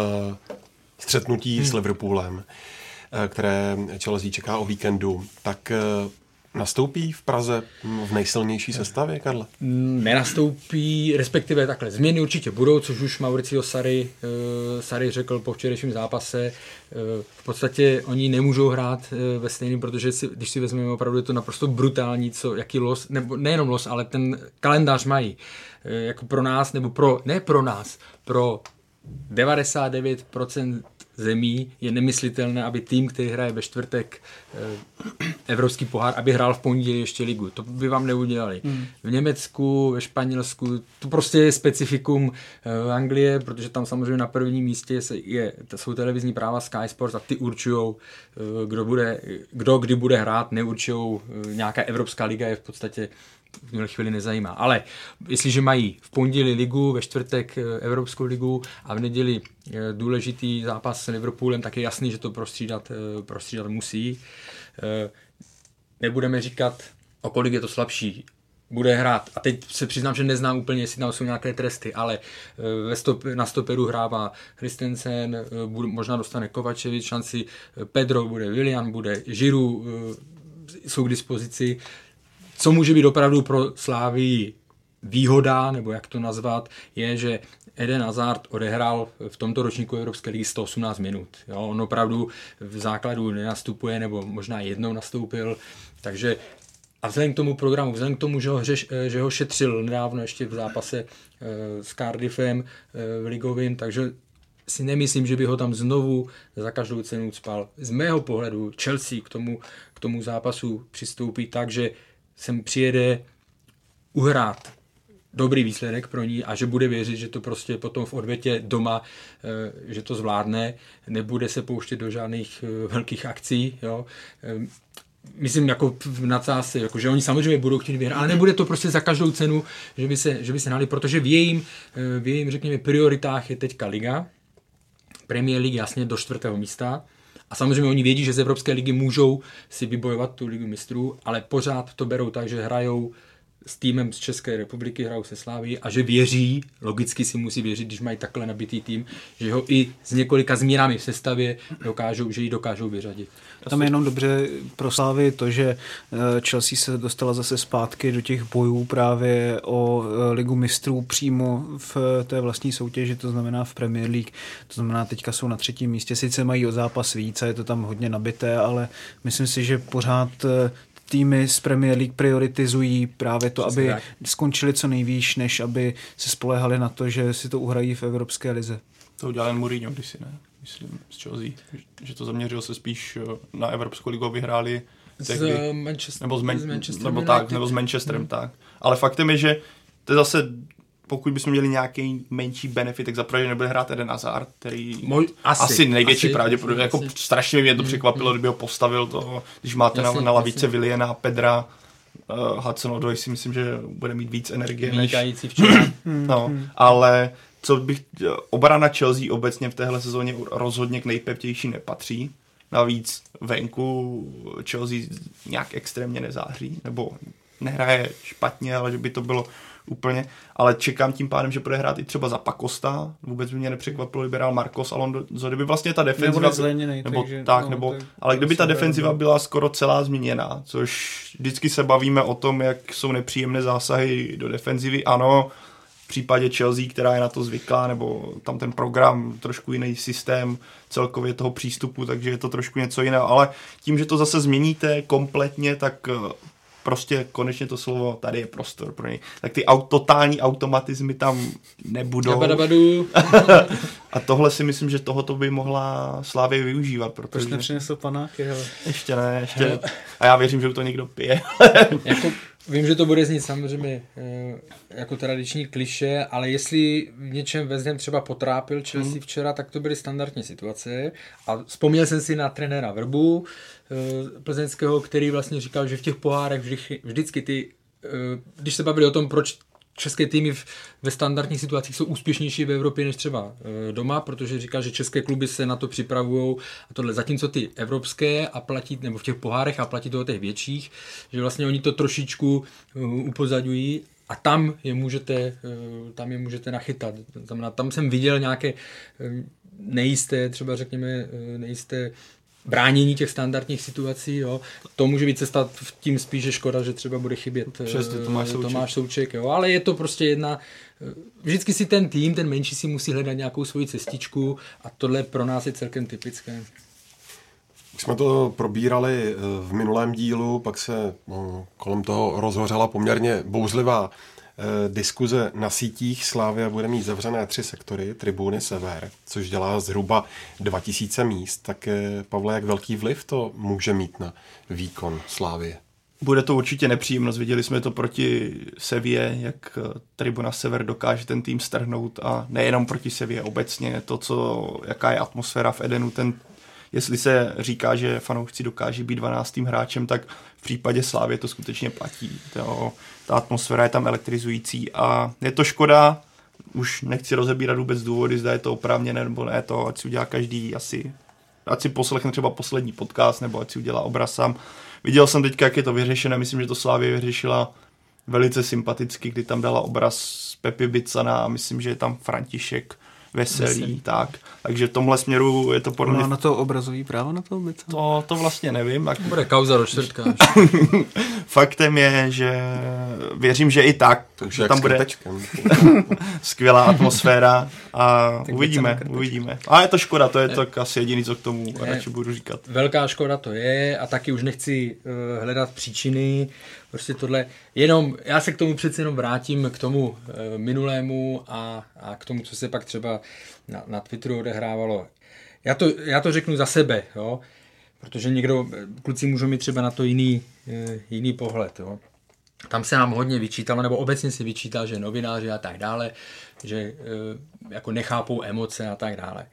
střetnutí hmm. s Liverpoolem, uh, které Chelsea čeká o víkendu, tak uh, nastoupí v Praze v nejsilnější sestavě, Karle? Nenastoupí, respektive takhle. Změny určitě budou, což už Mauricio Sarri, uh, Sarri řekl po včerejším zápase. Uh, v podstatě oni nemůžou hrát uh, ve stejným, protože si, když si vezmeme opravdu, je to naprosto brutální, co, jaký los, nebo nejenom los, ale ten kalendář mají. Uh, jako pro nás, nebo pro, ne pro nás, pro devadesát devět procent zemí je nemyslitelné, aby tým, který hraje ve čtvrtek eh, Evropský pohár, aby hrál v pondělí ještě ligu. To by vám neudělali. Hmm. V Německu, ve Španělsku, to prostě je specifikum eh, Anglie, protože tam samozřejmě na prvním místě se je, to jsou televizní práva Sky Sports a ty určujou, eh, kdo, bude, kdo kdy bude hrát, neurčujou, eh, nějaká Evropská liga je v podstatě v téhle chvíli nezajímá. Ale jestliže mají v pondělí ligu, ve čtvrtek Evropskou ligu a v neděli důležitý zápas s Liverpoolem, tak je jasný, že to prostřídat, prostřídat musí. Nebudeme říkat, o kolik je to slabší. Bude hrát, a teď se přiznám, že neznám úplně, jestli tam jsou nějaké tresty, ale ve stop, na stoperu hrává Christensen, bude, možná dostane Kovačevič šanci, Pedro bude, Willian bude, Giroud jsou k dispozici. Co může být opravdu pro Slávii výhoda, nebo jak to nazvat, je, že Eden Hazard odehrál v tomto ročníku Evropské ligy sto osmnáct minut. Jo, on opravdu v základu nenastupuje, nebo možná jednou nastoupil, takže a vzhledem k tomu programu, vzhledem k tomu, že ho, řeš, že ho šetřil nedávno ještě v zápase e, s Cardiffem e, ligovým, takže si nemyslím, že by ho tam znovu za každou cenu ucpal. Z mého pohledu Chelsea k tomu, k tomu zápasu přistoupí tak, že sem přijede uhrát dobrý výsledek pro ní a že bude věřit, že to prostě potom v odvětě doma, že to zvládne, nebude se pouštět do žádných velkých akcí, jo. Myslím jako v nadsázce, jako, že oni samozřejmě budou chtít vyhrát, ale nebude to prostě za každou cenu, že by se, že by se hnali, protože v jejím, v jejím, řekněme, prioritách je teďka liga, Premier League jasně do čtvrtého místa. A samozřejmě oni vědí, že z Evropské ligy můžou si vybojovat tu ligu mistrů, ale pořád to berou tak, že hrajou s týmem z České republiky, hrajou se Sláví a že věří, logicky si musí věřit, když mají takhle nabitý tým, že ho i s několika změnami v sestavě dokážou, že ji dokážou vyřadit. Tam je jenom dobře pro Slávy to, že Chelsea se dostala zase zpátky do těch bojů právě o ligu mistrů přímo v té vlastní soutěži, to znamená v Premier League, to znamená teďka jsou na třetím místě, sice mají o zápas víc a je to tam hodně nabité, ale myslím si, že pořád týmy z Premier League prioritizují právě to, aby skončili co nejvýš, než aby se spolehali na to, že si to uhrají v Evropské lize. To udělal jen Mourinho kdysi, ne? Myslím, z Chelsea, že to zaměřil se spíš na Evropskou ligu, vyhráli tehdy, z Manchester, nebo, z Man- z Manchester nebo, United. tak, nebo s Manchesterem, hmm. tak. Ale faktem je, že to je zase, pokud bychom měli nějaký menší benefit, tak zaprvé nebude hrát Eden Hazard, který Moj, asi, asi největší asi, pravděpodobně, jako strašně mě to překvapilo, hmm. kdyby ho postavil to, když máte jasně, na, na lavice Williana, Pedra, uh, Hudson-Odoi si myslím, že bude mít víc energie než... včera. no, ale co bych, obrana Chelsea obecně v téhle sezóně rozhodně k nejpevnější nepatří. Navíc venku Chelsea nějak extrémně nezáří, nebo nehraje špatně, ale že by to bylo úplně, ale čekám tím pádem, že bude hrát i třeba za Pakosta, vůbec by mě nepřekvapilo, kdyby hrál Marcos Alonso, kdyby vlastně ta defenziva, nebo, zleněnej, nebo takže, tak, no, nebo, tak, ale kdyby ta defenziva byla skoro celá změněná, což vždycky se bavíme o tom, jak jsou nepříjemné zásahy do defenzivy, ano, v případě Chelsea, která je na to zvyklá, nebo tam ten program, trošku jiný systém celkově toho přístupu, takže je to trošku něco jiného, ale tím, že to zase změníte kompletně, tak prostě konečně to slovo, tady je prostor pro něj, tak ty aut, totální automatizmy tam nebudou. A tohle si myslím, že tohoto by mohla Slavia využívat, protože... Proč nepřinesl panáky, hele. Ještě ne, ještě. A já věřím, že to někdo pije. jako, vím, že to bude znít samozřejmě jako tradiční kliše, ale jestli v něčem West Ham třeba potrápil Chelsea hmm. včera, tak to byly standardní situace. A vzpomněl jsem si na trenéra Vrbu plzeňského, který vlastně říkal, že v těch pohárech vždy, vždycky ty, když se bavili o tom, proč české týmy ve standardních situacích jsou úspěšnější v Evropě než třeba doma, protože říká, že české kluby se na to připravují a tohle, zatímco ty evropské a platí, nebo v těch pohárech a platí to o těch větších, že vlastně oni to trošičku upozaďují a tam je můžete, tam je můžete nachytat. Tam, tam jsem viděl nějaké nejisté, třeba řekněme nejisté bránění těch standardních situací, jo. To může být cesta tím spíš, že škoda, že třeba bude chybět Přesně, Tomáš Souček. Tomáš Souček, jo. Ale je to prostě jedna, vždycky si ten tým, ten menší si musí hledat nějakou svoji cestičku a tohle pro nás je celkem typické. Když jsme to probírali v minulém dílu, pak se kolem toho rozhořela poměrně bouřlivá diskuze na sítích. Slavia bude mít zavřené tři sektory, tribuny sever, což dělá zhruba dva tisíce míst. Tak Pavle, jak velký vliv to může mít na výkon Slavie? Bude to určitě nepříjemnost. Viděli jsme to proti Sevě, jak tribuna sever dokáže ten tým strhnout a nejenom proti Sevě obecně. To, co, jaká je atmosféra v Edenu, ten jestli se říká, že fanoušci dokáží být dvanáctým hráčem, tak v případě Slávie to skutečně platí. To, ta atmosféra je tam elektrizující a je to škoda, už nechci rozebírat vůbec důvody, zda je to oprávněné nebo ne, to ať si udělá každý asi, ať si poslechne třeba poslední podcast, nebo ať si udělá obraz sám. Viděl jsem teďka, jak je to vyřešené, myslím, že to Slávie vyřešila velice sympaticky, kdy tam dala obraz Pepi Bicana a myslím, že je tam František Veselý, Veselý. tak. Takže v tomhle směru je to podle mě... Má na to obrazový právo na to vůbec? To, to vlastně nevím. Tak... Bude kauza do čtvrtka. Faktem je, že věřím, že i tak. Takže tam bude skvělá atmosféra a tak uvidíme, uvidíme. A je to škoda, to je to asi jediný, co k tomu je, radši budu říkat. Velká škoda to je a taky už nechci uh, hledat příčiny. Prostě tohle, jenom, já se k tomu přeci jenom vrátím k tomu uh, minulému a, a k tomu, co se pak třeba na, na Twitteru odehrávalo. Já to, já to řeknu za sebe, jo, protože někdo, kluci můžou mít třeba na to jiný, uh, jiný pohled, jo. Tam se nám hodně vyčítalo, nebo obecně se vyčítá, že novináři a tak dále, že uh, jako nechápou emoce a tak dále.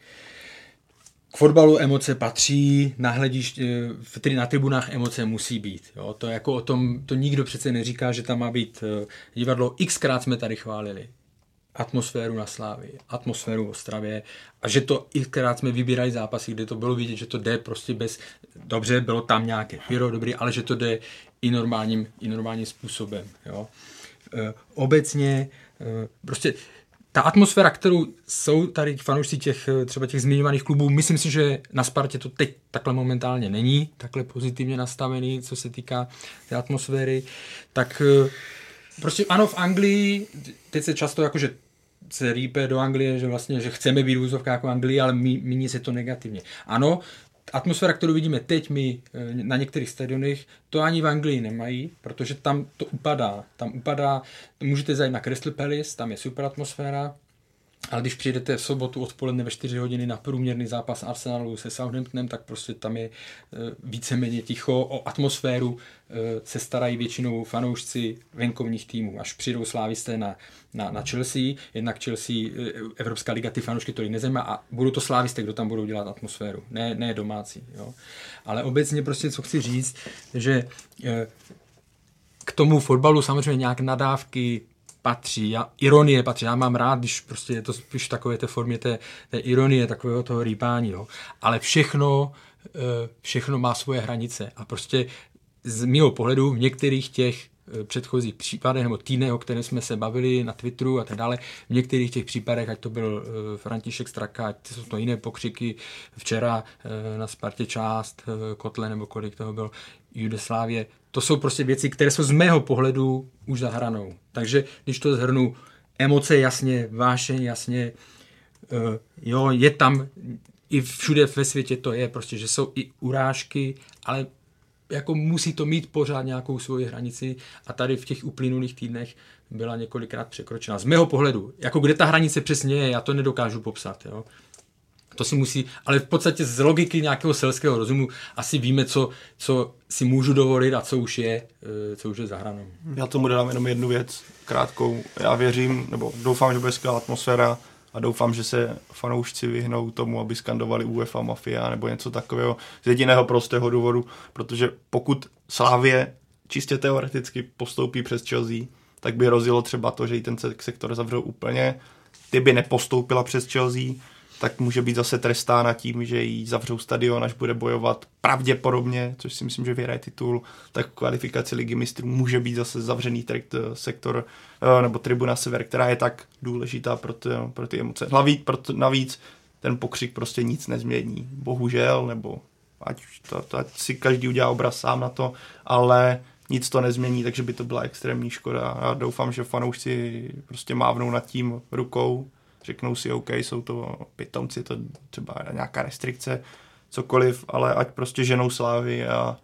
K fotbalu emoce patří, na hledišť, na tribunách emoce musí být. Jo? To jako o tom, to nikdo přece neříká, že tam má být divadlo. Xkrát jsme tady chválili atmosféru na Slávii, atmosféru v Ostravě a že to xkrát jsme vybírali zápasy, kde to bylo vidět, že to jde prostě bez, dobře, bylo tam nějaké pyro, dobrý, ale že to jde i normálním, i normálním způsobem. Jo? obecně prostě ta atmosféra, kterou jsou tady fanoušci těch třeba těch zmiňovaných klubů, myslím si, že na Spartě to teď takhle momentálně není, takhle pozitivně nastavený, co se týká té atmosféry, tak prostě ano, v Anglii, teď se často jakože se rýpe do Anglie, že vlastně, že chceme být v úzovkách jako Anglii, ale míní se to negativně. Ano, atmosféra, kterou vidíme teď my na některých stadionech, to ani v Anglii nemají, protože tam to upadá. Tam upadá, můžete zajít na Crystal Palace, tam je super atmosféra, ale když přijdete v sobotu odpoledne ve čtyři hodiny na průměrný zápas Arsenalu se Southamptonem, tak prostě tam je víceméně ticho. O atmosféru se starají většinou fanoušci venkovních týmů. Až přijdou slávisté na, na, na Chelsea, jednak Chelsea, Evropská liga, ty fanoušky to nezajímá a budou to slávisté, kdo tam budou dělat atmosféru. Ne, ne domácí. Jo. Ale obecně prostě, co chci říct, že k tomu fotbalu samozřejmě nějak nadávky patří, já, ironie patří, já mám rád, když prostě je to spíš v takové té formě té, té ironie, takového toho rýpání, jo. Ale všechno, všechno má svoje hranice a prostě z mého pohledu v některých těch předchozích případech nebo týdnech, o kterých jsme se bavili na Twitteru a tak dále, v některých těch případech, ať to byl František Straka, ať to jsou to jiné pokřiky, včera na Spartě část, Kotle nebo kolik toho byl, Jugoslávie, to jsou prostě věci, které jsou z mého pohledu už za hranou. Takže když to shrnu, emoce jasně, vášeň jasně, uh, jo, je tam, i všude ve světě to je, prostě, že jsou i urážky, ale jako musí to mít pořád nějakou svoji hranici a tady v těch uplynulých týdnech byla několikrát překročena. Z mého pohledu, jako kde ta hranice přesně je, já to nedokážu popsat, jo. To si musí, ale v podstatě z logiky nějakého selského rozumu asi víme, co, co si můžu dovolit a co už je, co už je za hranou. Já tomu dám jenom jednu věc, krátkou. Já věřím, nebo doufám, že bude skvělá atmosféra a doufám, že se fanoušci vyhnou tomu, aby skandovali UEFA Mafia nebo něco takového z jediného prostého důvodu, protože pokud Slavie čistě teoreticky postoupí přes Chelsea, tak by hrozilo třeba to, že i ten sektor zavřel úplně. Kdyby nepostoupila přes Chelsea, tak může být zase trestána tím, že jí zavřou stadion, až bude bojovat pravděpodobně, což si myslím, že vyhraje titul, tak kvalifikaci Ligy mistrů může být zase zavřený sektor nebo tribuna Sever, která je tak důležitá pro ty, pro ty emoce. Navíc, proto, navíc ten pokřik prostě nic nezmění. Bohužel, nebo ať, to, to, ať si každý udělá obraz sám na to, ale nic to nezmění, takže by to byla extrémní škoda. Já doufám, že fanoušci prostě mávnou nad tím rukou, řeknou si, OK, jsou to pitomci, to třeba nějaká restrikce, cokoliv, ale ať prostě ženou Slávy a, a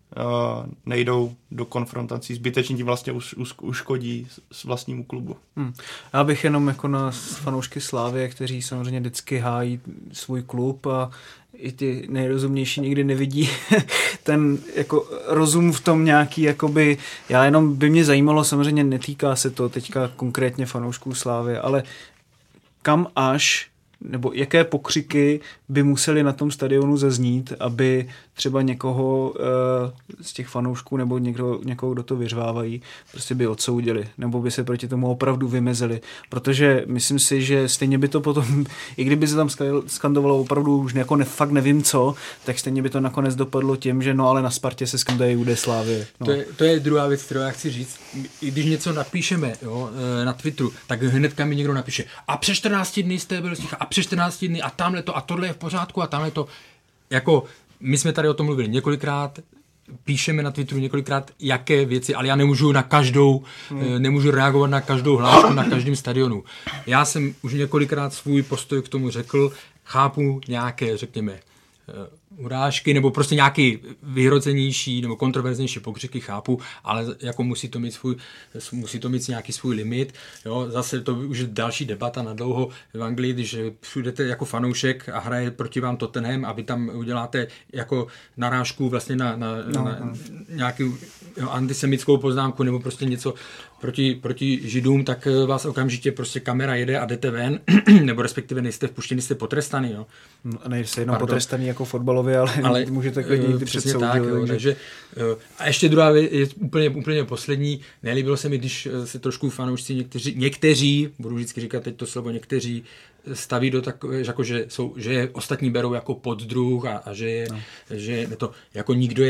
nejdou do konfrontací. Zbytečně tím vlastně už, už, uškodí s vlastnímu klubu. Hmm. Já bych jenom jako na fanoušky Slávy, kteří samozřejmě vždycky hájí svůj klub a i ty nejrozumnější nikdy nevidí ten jako rozum v tom nějaký, jakoby, já jenom by mě zajímalo, samozřejmě netýká se to teďka konkrétně fanoušků Slávy, ale kam až, nebo jaké pokřiky by museli na tom stadionu zaznít, aby třeba někoho e, z těch fanoušků nebo někdo, někoho, kdo to vyřvávají, prostě by odsoudili, nebo by se proti tomu opravdu vymezili. Protože myslím si, že stejně by to potom, i kdyby se tam skandovalo opravdu už jako ne, fakt nevím co, tak stejně by to nakonec dopadlo tím, že no ale na Spartě se skandají Jugoslávie. No. To, je, to je druhá věc, kterou já chci říct. I když něco napíšeme, jo, na Twitteru, tak hnedka mi někdo napíše a přes čtrnáct dny jste byli a přes čtrnáct dny a tamhle to a tohle je v pořádku a tamhle to. Jako my jsme tady o tom mluvili několikrát, píšeme na Twitteru několikrát, jaké věci, ale já nemůžu na každou, hmm. nemůžu reagovat na každou hlášku na každém stadionu. Já jsem už několikrát svůj postoj k tomu řekl, chápu nějaké, řekněme, urážky nebo prostě nějaký vyhrocenější nebo kontroverznější pokřiky, chápu, ale jako musí to mít svůj, musí to mít nějaký svůj limit. Jo, zase to už je další debata na dlouho v Anglii, když přijdete jako fanoušek a hraje proti vám Tottenham a vy tam uděláte jako narážku vlastně na, na, no, na no. nějakou jo, antisemitskou poznámku nebo prostě něco proti, proti Židům, tak vás okamžitě prostě kamera jede a jdete ven, nebo respektive nejste vpuštěni, jste potrestaný. Jo. No, a nejste jenom Pardon. potrestaný jako fotbalově, ale, ale můžete klidně jít před soudě. Tak, jo, takže, a ještě druhá věc je úplně, úplně poslední. Nelíbilo se mi, když se trošku fanoušci někteří, někteří, budu vždycky říkat teď to slovo, někteří staví do takové, jako že, jsou, že je ostatní berou jako poddruh a, a že je, no. že je to, jako nikdo je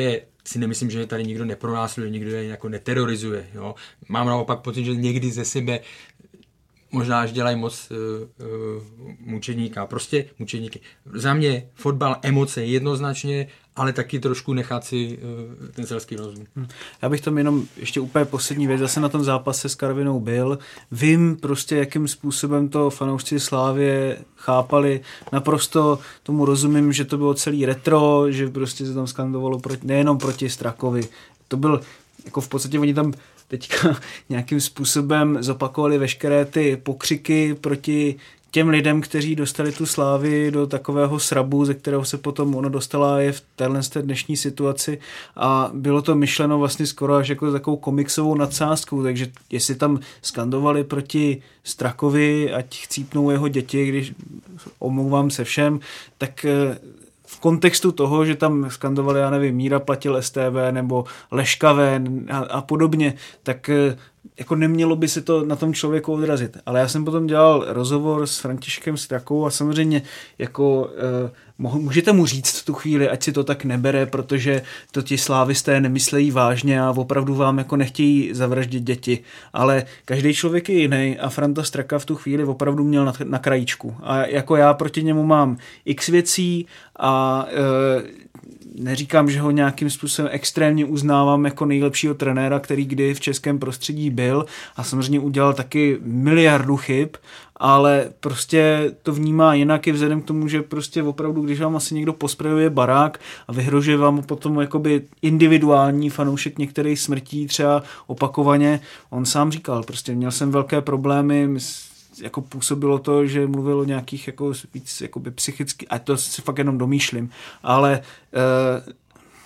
si nemyslím, že tady nikdo nepronásiluje, nikdo je jako neterorizuje. Jo. Mám naopak pocit, že někdy ze sebe možná až dělají moc uh, uh, mučeníka. Prostě mučeníky. Za mě fotbal, emoce jednoznačně, ale taky trošku nechat si uh, ten selský rozum. Já bych tam jenom ještě úplně poslední věc. Zase na tom zápase s Karvinou byl. Vím prostě, jakým způsobem to fanoušci Slávie chápali. Naprosto tomu rozumím, že to bylo celý retro, že prostě se tam skandovalo proti, nejenom proti Strakovi. To byl, jako v podstatě oni tam teďka nějakým způsobem zopakovali veškeré ty pokřiky proti těm lidem, kteří dostali tu Slávii do takového srabu, ze kterého se potom ono dostala je v téhle dnešní situaci a bylo to myšleno vlastně skoro až jako takovou komiksovou nadsázkou, takže jestli tam skandovali proti Strakovi, ať chcípnou jeho děti, když omlouvám se všem, tak v kontextu toho, že tam skandovali, já nevím, Míra platil S T V nebo Leškaven a, a podobně, tak jako nemělo by se to na tom člověku odrazit. Ale já jsem potom dělal rozhovor s Františkem Strakou a samozřejmě jako eh, můžete mu říct v tu chvíli, ať si to tak nebere, protože to ti slávisté nemyslejí vážně a opravdu vám jako nechtějí zavraždit děti. Ale každý člověk je jiný a Franta Straka v tu chvíli opravdu měl na, na krajíčku. A jako já proti němu mám x věcí a eh, neříkám, že ho nějakým způsobem extrémně uznávám jako nejlepšího trenéra, který kdy v českém prostředí byl a samozřejmě udělal taky miliardu chyb, ale prostě to vnímá jinak i vzhledem k tomu, že prostě opravdu, když vám asi někdo posprejuje barák a vyhrožuje vám potom jakoby individuální fanoušek některých smrtí třeba opakovaně, on sám říkal, prostě měl jsem velké problémy, jako působilo to, že mluvil o nějakých jako víc jakoby psychicky, a to si fakt jenom domýšlím, ale e,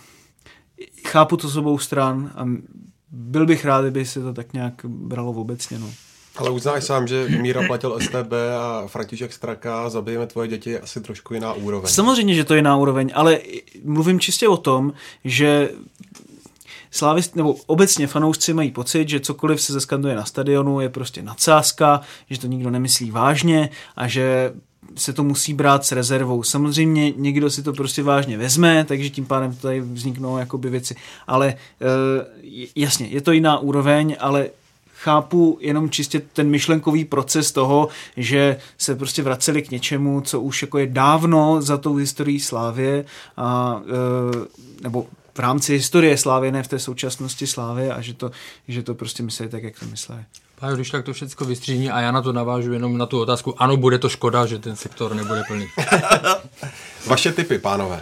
chápu to z obou stran a byl bych rád, kdyby se to tak nějak bralo obecně. No. Ale uznáš sám, že Míra platil S T B a František Straka, zabijeme tvoje děti, je asi trošku jiná úroveň. Samozřejmě, že to je jiná úroveň, ale mluvím čistě o tom, že Slávist, nebo obecně fanoušci mají pocit, že cokoliv se zeskanduje na stadionu je prostě nadsázka, že to nikdo nemyslí vážně a že se to musí brát s rezervou. Samozřejmě někdo si to prostě vážně vezme, takže tím pádem tady vzniknou jakoby věci. Ale e, jasně, je to jiná úroveň, ale chápu jenom čistě ten myšlenkový proces toho, že se prostě vraceli k něčemu, co už jako je dávno za tou historií Slávie a e, nebo v rámci historie Slávie, ne v té současnosti Slávie a že to, že to prostě myslí tak, jak to myslí. Pájo, když tak to všechno vystříhní a já na to navážu jenom na tu otázku. Ano, bude to škoda, že ten sektor nebude plný. Vaše tipy, pánové.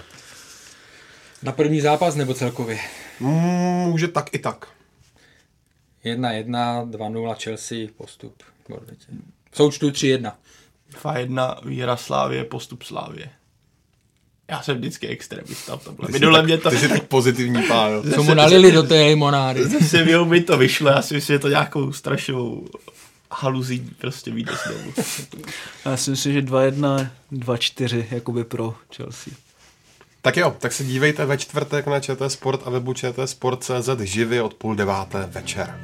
Na první zápas nebo celkově? Může tak i tak. jedna jedna, dva nula Chelsea, postup. V součtu tři jedna. dva jedna, výhra Slávie, postup Slávie. Já jsem vždycky extremista v tomhle. Minule mě to... Ty jsi tak pozitivní, páno. Co mu nalili do té limonády. Zase mi by to vyšlo, já si myslím, že je to nějakou strašnou haluzí prostě vyjde z domu. Já si myslím, že dva jedna, dva čtyři jakoby pro Chelsea. Tak jo, tak se dívejte ve čtvrtek na ČT Sport a webu č t sport tečka c z živě od půl deváté večer.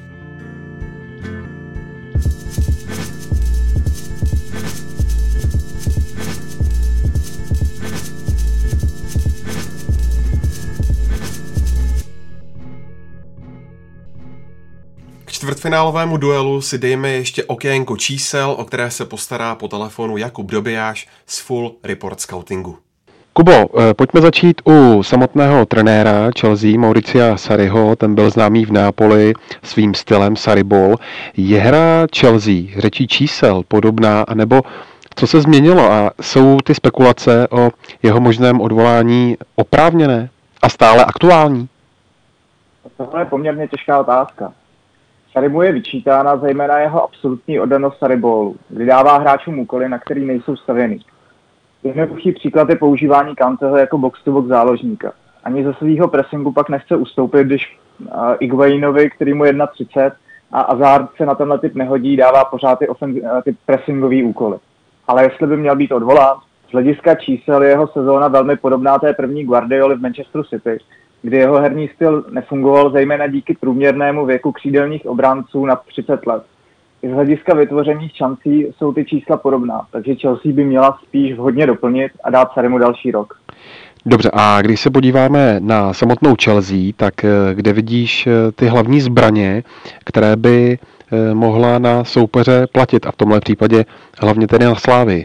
K čtvrtfinálovému duelu si dejme ještě okénko čísel, o které se postará po telefonu Jakub Dobijáš z Full Report Scoutingu. Kubo, pojďme začít u samotného trenéra Chelsea, Mauricia Sarriho, ten byl známý v Neapoli svým stylem Sarriball. Je hra Chelsea řečí čísel podobná, anebo co se změnilo a jsou ty spekulace o jeho možném odvolání oprávněné a stále aktuální? Tohle je poměrně těžká otázka. Sarrimu je vyčítána zejména jeho absolutní oddanost Sarriballu, kdy dává hráčům úkoly, na který nejsou stavěný. Jednoduchý příklad je používání Kanteho jako box-to-box záložníka. Ani ze svého pressingu pak nechce ustoupit, když uh, Iguainovi, který mu je třicet jedna a Hazard se na tenhle typ nehodí, dává pořád ty, ofenzi- ty pressingový úkoly. Ale jestli by měl být odvolán, z hlediska čísel je jeho sezóna velmi podobná té první Guardioli v Manchesteru City, kdy jeho herní styl nefungoval zejména díky průměrnému věku křídelních obránců na třicet let. I z hlediska vytvořených šancí jsou ty čísla podobná, takže Chelsea by měla spíš hodně doplnit a dát Sarrimu další rok. Dobře, a když se podíváme na samotnou Chelsea, tak kde vidíš ty hlavní zbraně, které by mohla na soupeře platit a v tomhle případě hlavně tedy na Slávii?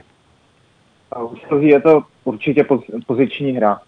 U Chelsea je to určitě poziční hra.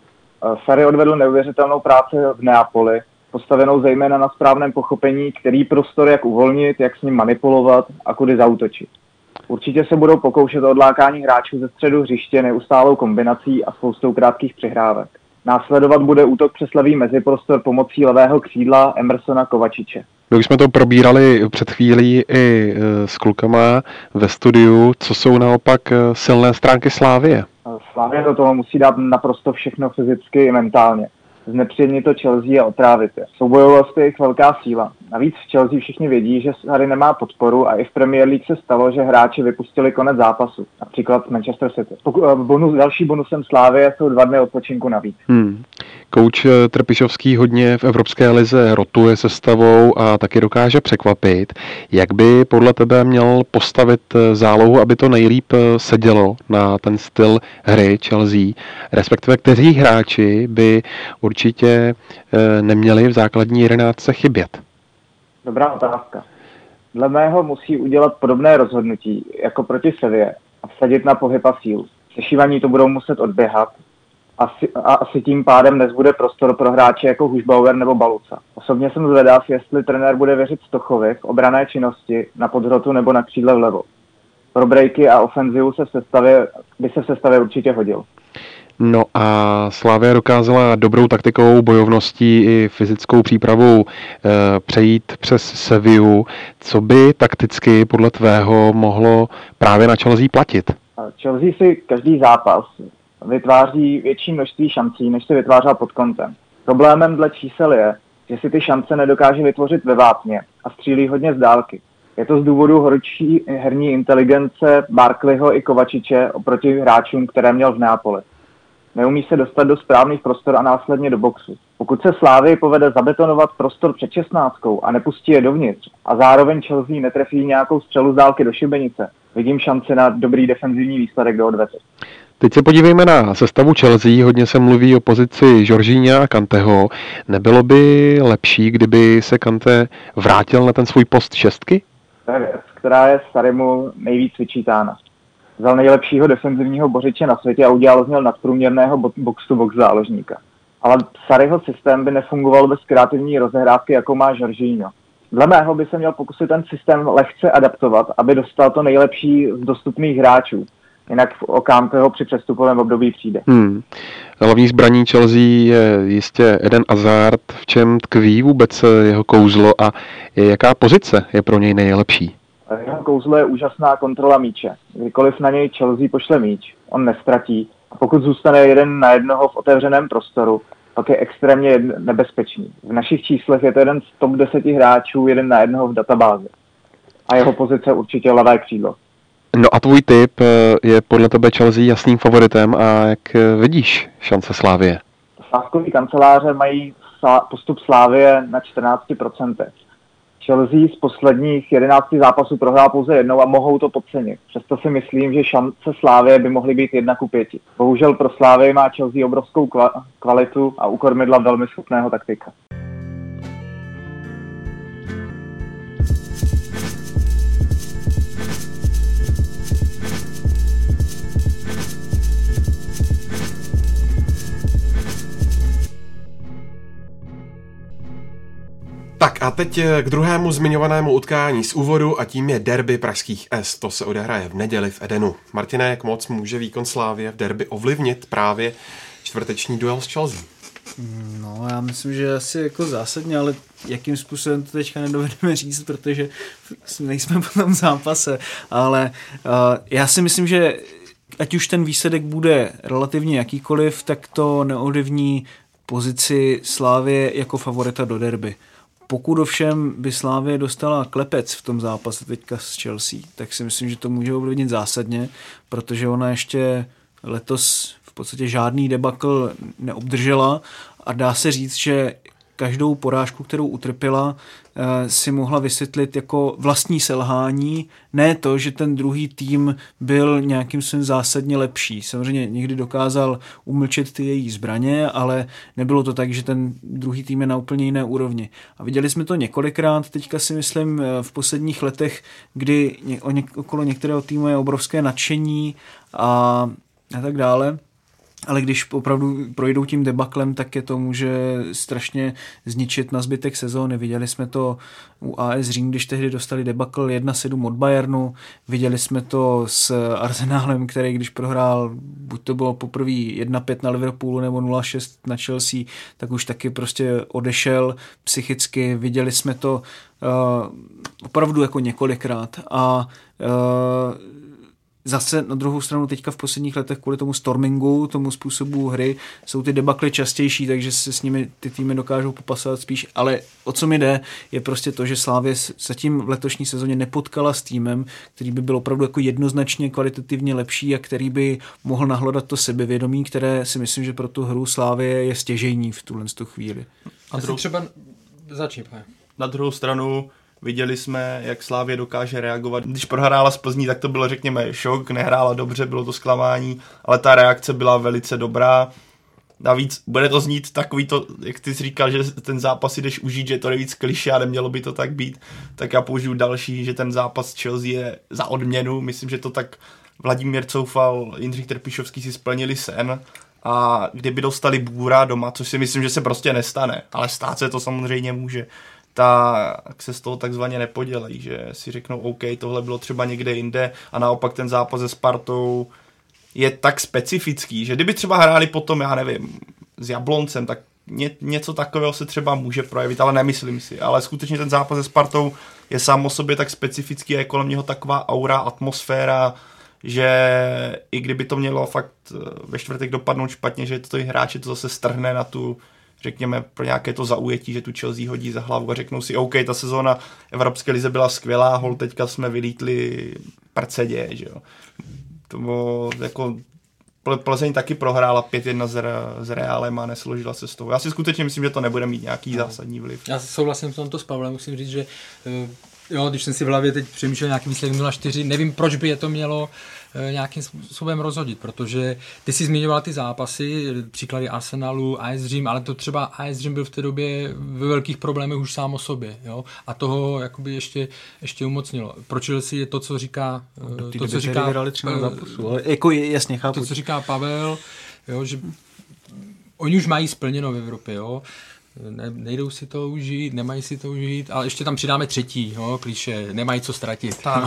Sarri odvedl neuvěřitelnou práci v Neapoli, postavenou zejména na správném pochopení, který prostor jak uvolnit, jak s ním manipulovat a kudy zaútočit. Určitě se budou pokoušet o odlákání hráčů ze středu hřiště neustálou kombinací a spoustou krátkých přihrávek. Následovat bude útok přes levý meziprostor pomocí levého křídla Emersona Kovačiče. My už jsme to probírali před chvílí i s klukama ve studiu, co jsou naopak silné stránky Slávie. Slávie do toho musí dát naprosto všechno fyzicky i mentálně. Znepříjemnit to Chelsea a otrávit je. Soubojovost je jejich velká síla. Navíc v Chelsea všichni vědí, že Sarri nemá podporu a i v Premier League se stalo, že hráči vypustili konec zápasu. Například Manchester City. Bonus, další bonusem Slávie jsou dva dny odpočinku navíc. Hmm. Kouč Trpišovský hodně v Evropské lize rotuje sestavou a taky dokáže překvapit. Jak by podle tebe měl postavit zálohu, aby to nejlíp sedělo na ten styl hry Chelsea? Respektive kteří hráči by určitě neměli v základní jedenáctce chybět? Dobrá otázka. Dle mého musí udělat podobné rozhodnutí jako proti Sevě a vsadit na pohyb a sílu. Sešívaní to budou muset odběhat asi, a asi tím pádem nezbude prostor pro hráče jako Husbauer nebo Baluca. Osobně jsem zvědav, jestli trenér bude věřit Stochovi v obranné činnosti na podhrotu nebo na křídle vlevo. Pro breaky a ofenzivu se v sestavě, by se v sestavě určitě hodil. No a Slavia dokázala dobrou taktikou, bojovností i fyzickou přípravou e, přejít přes Sevillu. Co by takticky podle tvého mohlo právě na Chelsea platit? Chelsea si každý zápas vytváří větší množství šancí, než se vytvářela pod kontem. Problémem dle čísel je, že si ty šance nedokáže vytvořit ve vápně a střílí hodně z dálky. Je to z důvodu horší herní inteligence Barkleyho i Kovačiče oproti hráčům, které měl v Neapoli. Neumí se dostat do správných prostor a následně do boxu. Pokud se Slávii povede zabetonovat prostor před šestnáctkou a nepustí je dovnitř a zároveň Chelsea netrefí nějakou střelu z dálky do šibenice, vidím šanci na dobrý defenzivní výsledek do odvety. Teď se podívejme na sestavu Chelsea. Hodně se mluví o pozici Jorginha a Kanteho. Nebylo by lepší, kdyby se Kante vrátil na ten svůj post šestky? To je věc, která je Sarrimu nejvíc vyčítána. Vzal nejlepšího defenzivního bořiče na světě a udělal z něj nadprůměrného box-to-box záložníka. Ale Sarriho systém by nefungoval bez kreativní rozehrávky, jako má Jorginho. Dle mého by se měl pokusit ten systém lehce adaptovat, aby dostal to nejlepší z dostupných hráčů. Jinak o Kanteho při přestupovém období přijde. Hmm. Hlavní zbraní Chelsea je jistě Eden Hazard. V čem tkví vůbec jeho kouzlo a jaká pozice je pro něj nejlepší? Jeho kouzlo je úžasná kontrola míče. Kdykoliv na něj Chelsea pošle míč, on nestratí. A pokud zůstane jeden na jednoho v otevřeném prostoru, pak je extrémně nebezpečný. V našich číslech je to jeden z top deseti hráčů, jeden na jednoho v databázi. A jeho pozice určitě levé křídlo. No a tvůj tip, je podle tebe Chelsea jasným favoritem a jak vidíš šance Slávie? Sázkový kanceláře mají postup Slávie na čtrnáct procent. Chelsea z posledních jedenácti zápasů prohrál pouze jednou a mohou to podcenit. Přesto si myslím, že šance Slávie by mohly být jedna ku pěti. Bohužel pro Slávii má Chelsea obrovskou kvalitu a u kormidla velmi schopného taktika. Tak a teď k druhému zmiňovanému utkání z úvodu a tím je derby pražských S. To se odehraje v neděli v Edenu. Martine, jak moc může výkon Slávie v derby ovlivnit právě čtvrteční duel s Chelsea? No, já myslím, že asi jako zásadně, ale jakým způsobem to teďka nedovedeme říct, protože nejsme po tom zápase, ale uh, já si myslím, že ať už ten výsledek bude relativně jakýkoliv, tak to neovlivní pozici Slávie jako favorita do derby. Pokud ovšem by Slávie dostala klepec v tom zápase teďka s Chelsea, tak si myslím, že to může ovlivnit zásadně, protože ona ještě letos v podstatě žádný debakl neobdržela a dá se říct, že každou porážku, kterou utrpěla, si mohla vysvětlit jako vlastní selhání, ne to, že ten druhý tým byl nějakým svým zásadně lepší. Samozřejmě někdy dokázal umlčet ty její zbraně, ale nebylo to tak, že ten druhý tým je na úplně jiné úrovni. A viděli jsme to několikrát, teďka si myslím v posledních letech, kdy okolo některého týmu je obrovské nadšení a, a tak dále. Ale když opravdu projdou tím debaklem, tak je to může strašně zničit na zbytek sezóny. Viděli jsme to u A S Řím, když tehdy dostali debakl jedna sedm od Bayernu. Viděli jsme to s Arsenálem, který když prohrál, buď to bylo poprvé jedna pět na Liverpoolu nebo nula šest na Chelsea, tak už taky prostě odešel psychicky. Viděli jsme to uh, opravdu jako několikrát. A uh, Zase na druhou stranu teďka v posledních letech kvůli tomu stormingu, tomu způsobu hry, jsou ty debakly častější, takže se s nimi ty týmy dokážou popasovat spíš. Ale o co mi jde, je prostě to, že Slavia zatím v letošní sezóně nepotkala s týmem, který by byl opravdu jako jednoznačně kvalitativně lepší a který by mohl nahledat to sebevědomí, které si myslím, že pro tu hru Slavie je stěžejní v tuhle chvíli. A druhou... třeba začít. Na druhou stranu viděli jsme, jak Slavia dokáže reagovat. Když prohrála z Plzní, tak to bylo, řekněme, šok, nehrála dobře, bylo to zklamání, ale ta reakce byla velice dobrá. Navíc bude to znít takový to, jak ty jsi říkal, že ten zápas jdeš užít, že to je víc klišé a nemělo by to tak být, tak já použiju další, že ten zápas s Chelsea je za odměnu. Myslím, že to tak Vladimír Coufal, Jindřich Trpišovský si splnili sen a kdyby dostali Bůra doma, což si myslím, že se prostě nestane, ale stát se to samozřejmě může, tak se z toho takzvaně nepodělají, že si řeknou OK, tohle bylo třeba někde jinde a naopak ten zápas se Spartou je tak specifický, že kdyby třeba hráli potom, já nevím, s Jabloncem, tak ně, něco takového se třeba může projevit, ale nemyslím si, ale skutečně ten zápas se Spartou je sám o sobě tak specifický a je kolem něho taková aura, atmosféra, že i kdyby to mělo fakt ve čtvrtek dopadnout špatně, že to hráči to zase strhne na tu, řekněme, pro nějaké to zaujetí, že tu Chelsea hodí za hlavu a řeknou si, OK, ta sezóna Evropské lize byla skvělá, hol, teďka jsme vylítli prcedě, že jo. To bylo jako, Plzeň taky prohrála pět jedna s Realem a nesložila se s tou. Já si skutečně myslím, že to nebude mít nějaký zásadní vliv. Já souhlasím v tomto s Pavlem, musím říct, že jo, když jsem si v hlavě teď přemýšlel nějaký výsledek nula čtyři, nevím, proč by je to mělo e, nějakým způsobem rozhodit, protože ty si zmiňoval ty zápasy, příklady Arsenalu, A S Řím, ale to třeba A S Řím byl v té době ve velkých problémech už sám o sobě, jo, a toho jakoby ještě, ještě umocnilo. Pro Chelsea je to, co říká, no, to, co říká, uh, zápasu, ale jako jasně chápu. To, co říká Pavel, jo, že oni už mají splněno v Evropě, jo, Ne, nejdou si to užít, nemají si to užít, ale ještě tam přidáme třetí, jo, kliše, nemají co ztratit. No.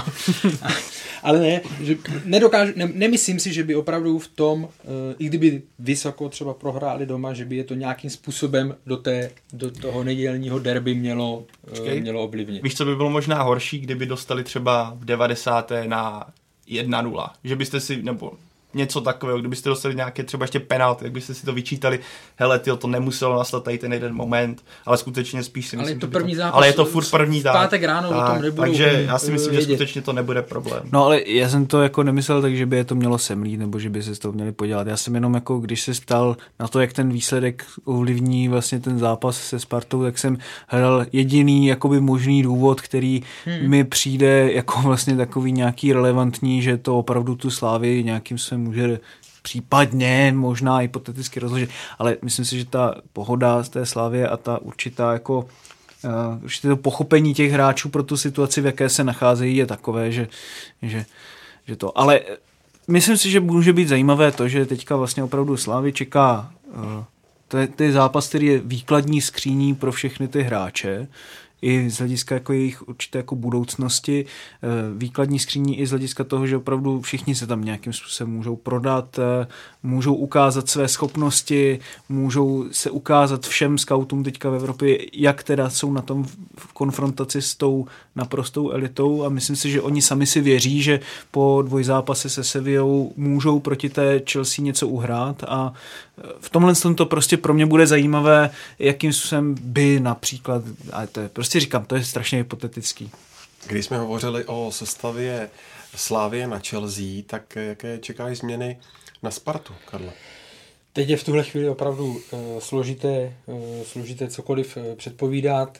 Ale ne, že nedokážu, ne, nemyslím si, že by opravdu v tom, uh, i kdyby vysoko třeba prohráli doma, že by je to nějakým způsobem do, té, do toho nedělního derby mělo, uh, mělo ovlivnit. Víš, co by bylo možná horší, kdyby dostali třeba v devadesáté na jedna nula, že byste si, nebo něco takového, kdybyste dostali nějaké třeba ještě penalty, jak byste si to vyčítali, hele, tyjo, to nemuselo nastat tady ten jeden moment, ale skutečně spíš si ale myslím, to že první to, zápas, ale je to furt první tak, pátek ráno tak, o tom nebudu takže já si myslím, vědět. že skutečně to nebude problém. No ale já jsem to jako nemyslel tak, že by je to mělo semlít, nebo že by se z toho měli podělat. Já jsem jenom jako, když se ptal na to, jak ten výsledek ovlivní vlastně ten zápas se Spartou, tak jsem hledal jediný jakoby možný důvod, který hmm. mi přijde jako vlastně takový nějaký relevantní, že to opravdu tu Slávii nějakým svým může případně možná hypoteticky rozložit, ale myslím si, že ta pohoda z té Slavie a ta určitá jako uh, určitě to pochopení těch hráčů pro tu situaci, v jaké se nacházejí, je takové, že, že, že to. Ale myslím si, že může být zajímavé to, že teďka vlastně opravdu Slavii čeká uh, to je, to je zápas, který je výkladní skříní pro všechny ty hráče, i z hlediska jako jejich určité jako budoucnosti, výkladní skříní i z hlediska toho, že opravdu všichni se tam nějakým způsobem můžou prodat, můžou ukázat své schopnosti, můžou se ukázat všem skautům teďka v Evropě, jak teda jsou na tom v konfrontaci s tou naprostou elitou a myslím si, že oni sami si věří, že po dvojzápase se Sevillou můžou proti té Chelsea něco uhrát a v tomhle to prostě pro mě bude zajímavé, jakým způsobem by například, ale to je, prostě říkám, to je strašně hypotetický. Když jsme hovořili o sestavě Slávie na Chelsea, tak jaké čekáš změny na Spartu, Karle? teď je v tuhle chvíli opravdu uh, složité, uh, složité cokoliv uh, předpovídat,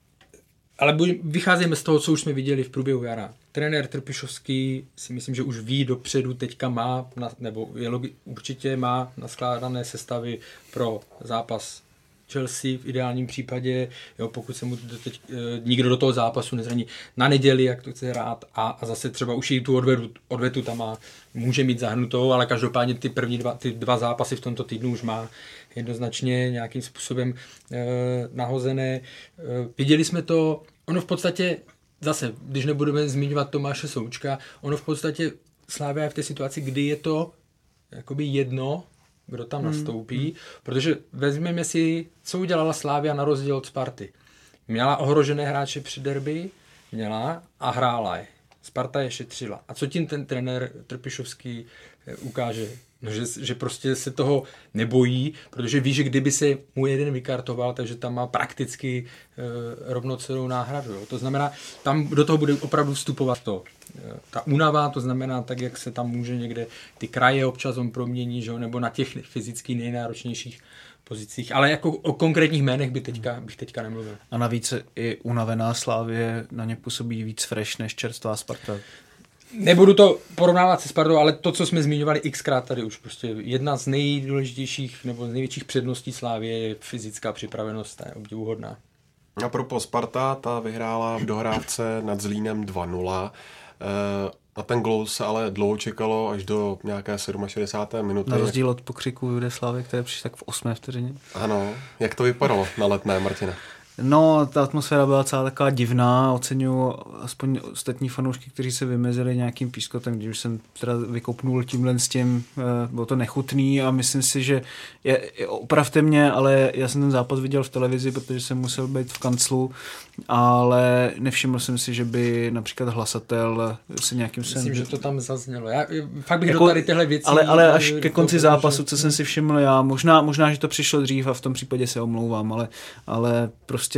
ale vycházíme z toho, co už jsme viděli v průběhu jara. Trenér Trpišovský si myslím, že už ví dopředu, teďka má, na, nebo je logi, určitě má naskládané sestavy pro zápas Chelsea v ideálním případě, jo, pokud se mu teď e, nikdo do toho zápasu nezraní na neděli, jak to chce hrát a, a zase třeba už i tu odvedu, odvetu tam má, může mít zahrnutou, ale každopádně ty první dva, ty dva zápasy v tomto týdnu už má jednoznačně nějakým způsobem e, nahozené. E, viděli jsme to, ono v podstatě zase, když nebudeme zmiňovat Tomáše Součka, ono v podstatě Slavia je v té situaci, kdy je to jakoby jedno, kdo tam hmm. nastoupí, protože vezmeme si, co udělala Slavia na rozdíl od Sparty. Měla ohrožené hráče při derby, měla a hrála je. Sparta je šetřila. A co tím ten trenér Trpišovský ukáže? No, že, že prostě se toho nebojí, protože ví, že kdyby se mu jeden vykartoval, takže tam má prakticky e, rovnocennou náhradu. Jo. To znamená, tam do toho bude opravdu vstupovat to. E, ta únava, to znamená tak, jak se tam může někde ty kraje občas on promění, že jo, nebo na těch fyzicky nejnáročnějších pozicích. Ale jako o konkrétních jménech by teďka, bych teďka nemluvil. A navíc i unavená Slavie na ně působí víc fresh než čerstvá Sparta. Nebudu to porovnávat se Spartou, ale to, co jsme zmiňovali xkrát tady už, prostě jedna z nejdůležitějších nebo z největších předností Slavie je fyzická připravenost, ta je obdivuhodná. A propos Sparta, ta vyhrála v dohrávce nad Zlínem dva nula. Na ten gól se ale dlouho čekalo až do nějaké šedesáté sedmé minuty. Na rozdíl od pokřiku Judeslavy, které přišly tak v osmé vteřině. Ano, jak to vypadalo na Letné, Martina? No, ta atmosféra byla celá taková divná, oceňuji aspoň ostatní fanoušky, kteří se vymezili nějakým pískotem, když už jsem teda vykopnul tímhle s tím, bylo to nechutný a myslím si, že je, je, opravte mě, ale já jsem ten zápas viděl v televizi, protože jsem musel být v kanclu, ale nevšiml jsem si, že by například hlasatel se nějakým... Myslím, sem... že to tam zaznělo. Já fakt bych jako, do tady tyhle věcí... Ale, ale až ke konci zápasu, co jsem si všiml já, možná, možná, že to přišlo dřív a v tom případě se omlouvám, ale, ale prostě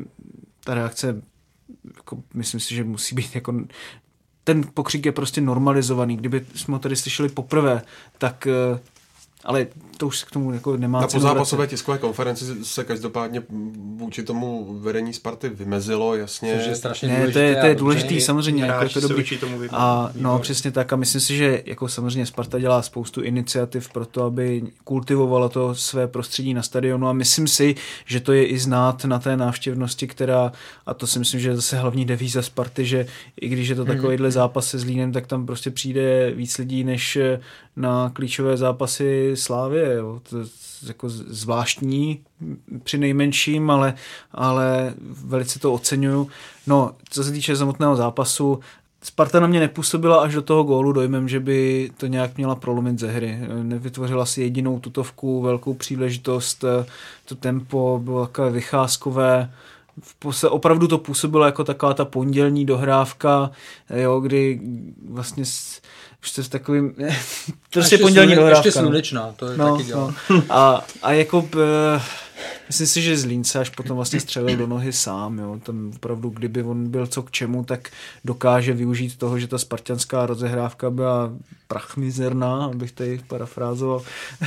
ta reakce, jako, myslím si, že musí být jako, ten pokřik je prostě normalizovaný. Kdyby jsme ho tady slyšeli poprvé, tak, ale to už se k tomu jako nemá. Na pozápasové tiskové konferenci se každopádně vůči tomu vedení Sparty vymezilo, jasně. Což je strašně ne, důležité. To je, to je důležitý, samozřejmě. Jako je to dobrý. A no, přesně tak. A myslím si, že jako samozřejmě Sparta dělá spoustu iniciativ pro to, aby kultivovala to své prostředí na stadionu a myslím si, že to je i znát na té návštěvnosti, která, a to si myslím, že je zase hlavní devíza Sparty, že i když je to takovýhle zápas se Zlínem, tak tam prostě přijde víc lidí, než na klíčové zápasy Slávie. Jo. To je jako zvláštní při nejmenším, ale, ale velice to oceňuju. No, co se týče samotného zápasu, Sparta na mě nepůsobila až do toho gólu dojmem, že by to nějak měla prolomit ze hry. Nevytvořila si jedinou tutovku, velkou příležitost, to tempo bylo takové vycházkové. Opravdu to působilo jako taková ta pondělní dohrávka, jo, kdy vlastně už to s takovým... prostě pondělní slune, dohrávka. Ještě slunečná, to je no, taky dělá. No. A, a jako... B, myslím si, že Zlín se až potom vlastně střelil do nohy sám. Jo. Tam opravdu, kdyby on byl co k čemu, tak dokáže využít toho, že ta spartanská rozehrávka byla prachmizerná, abych tady parafrázoval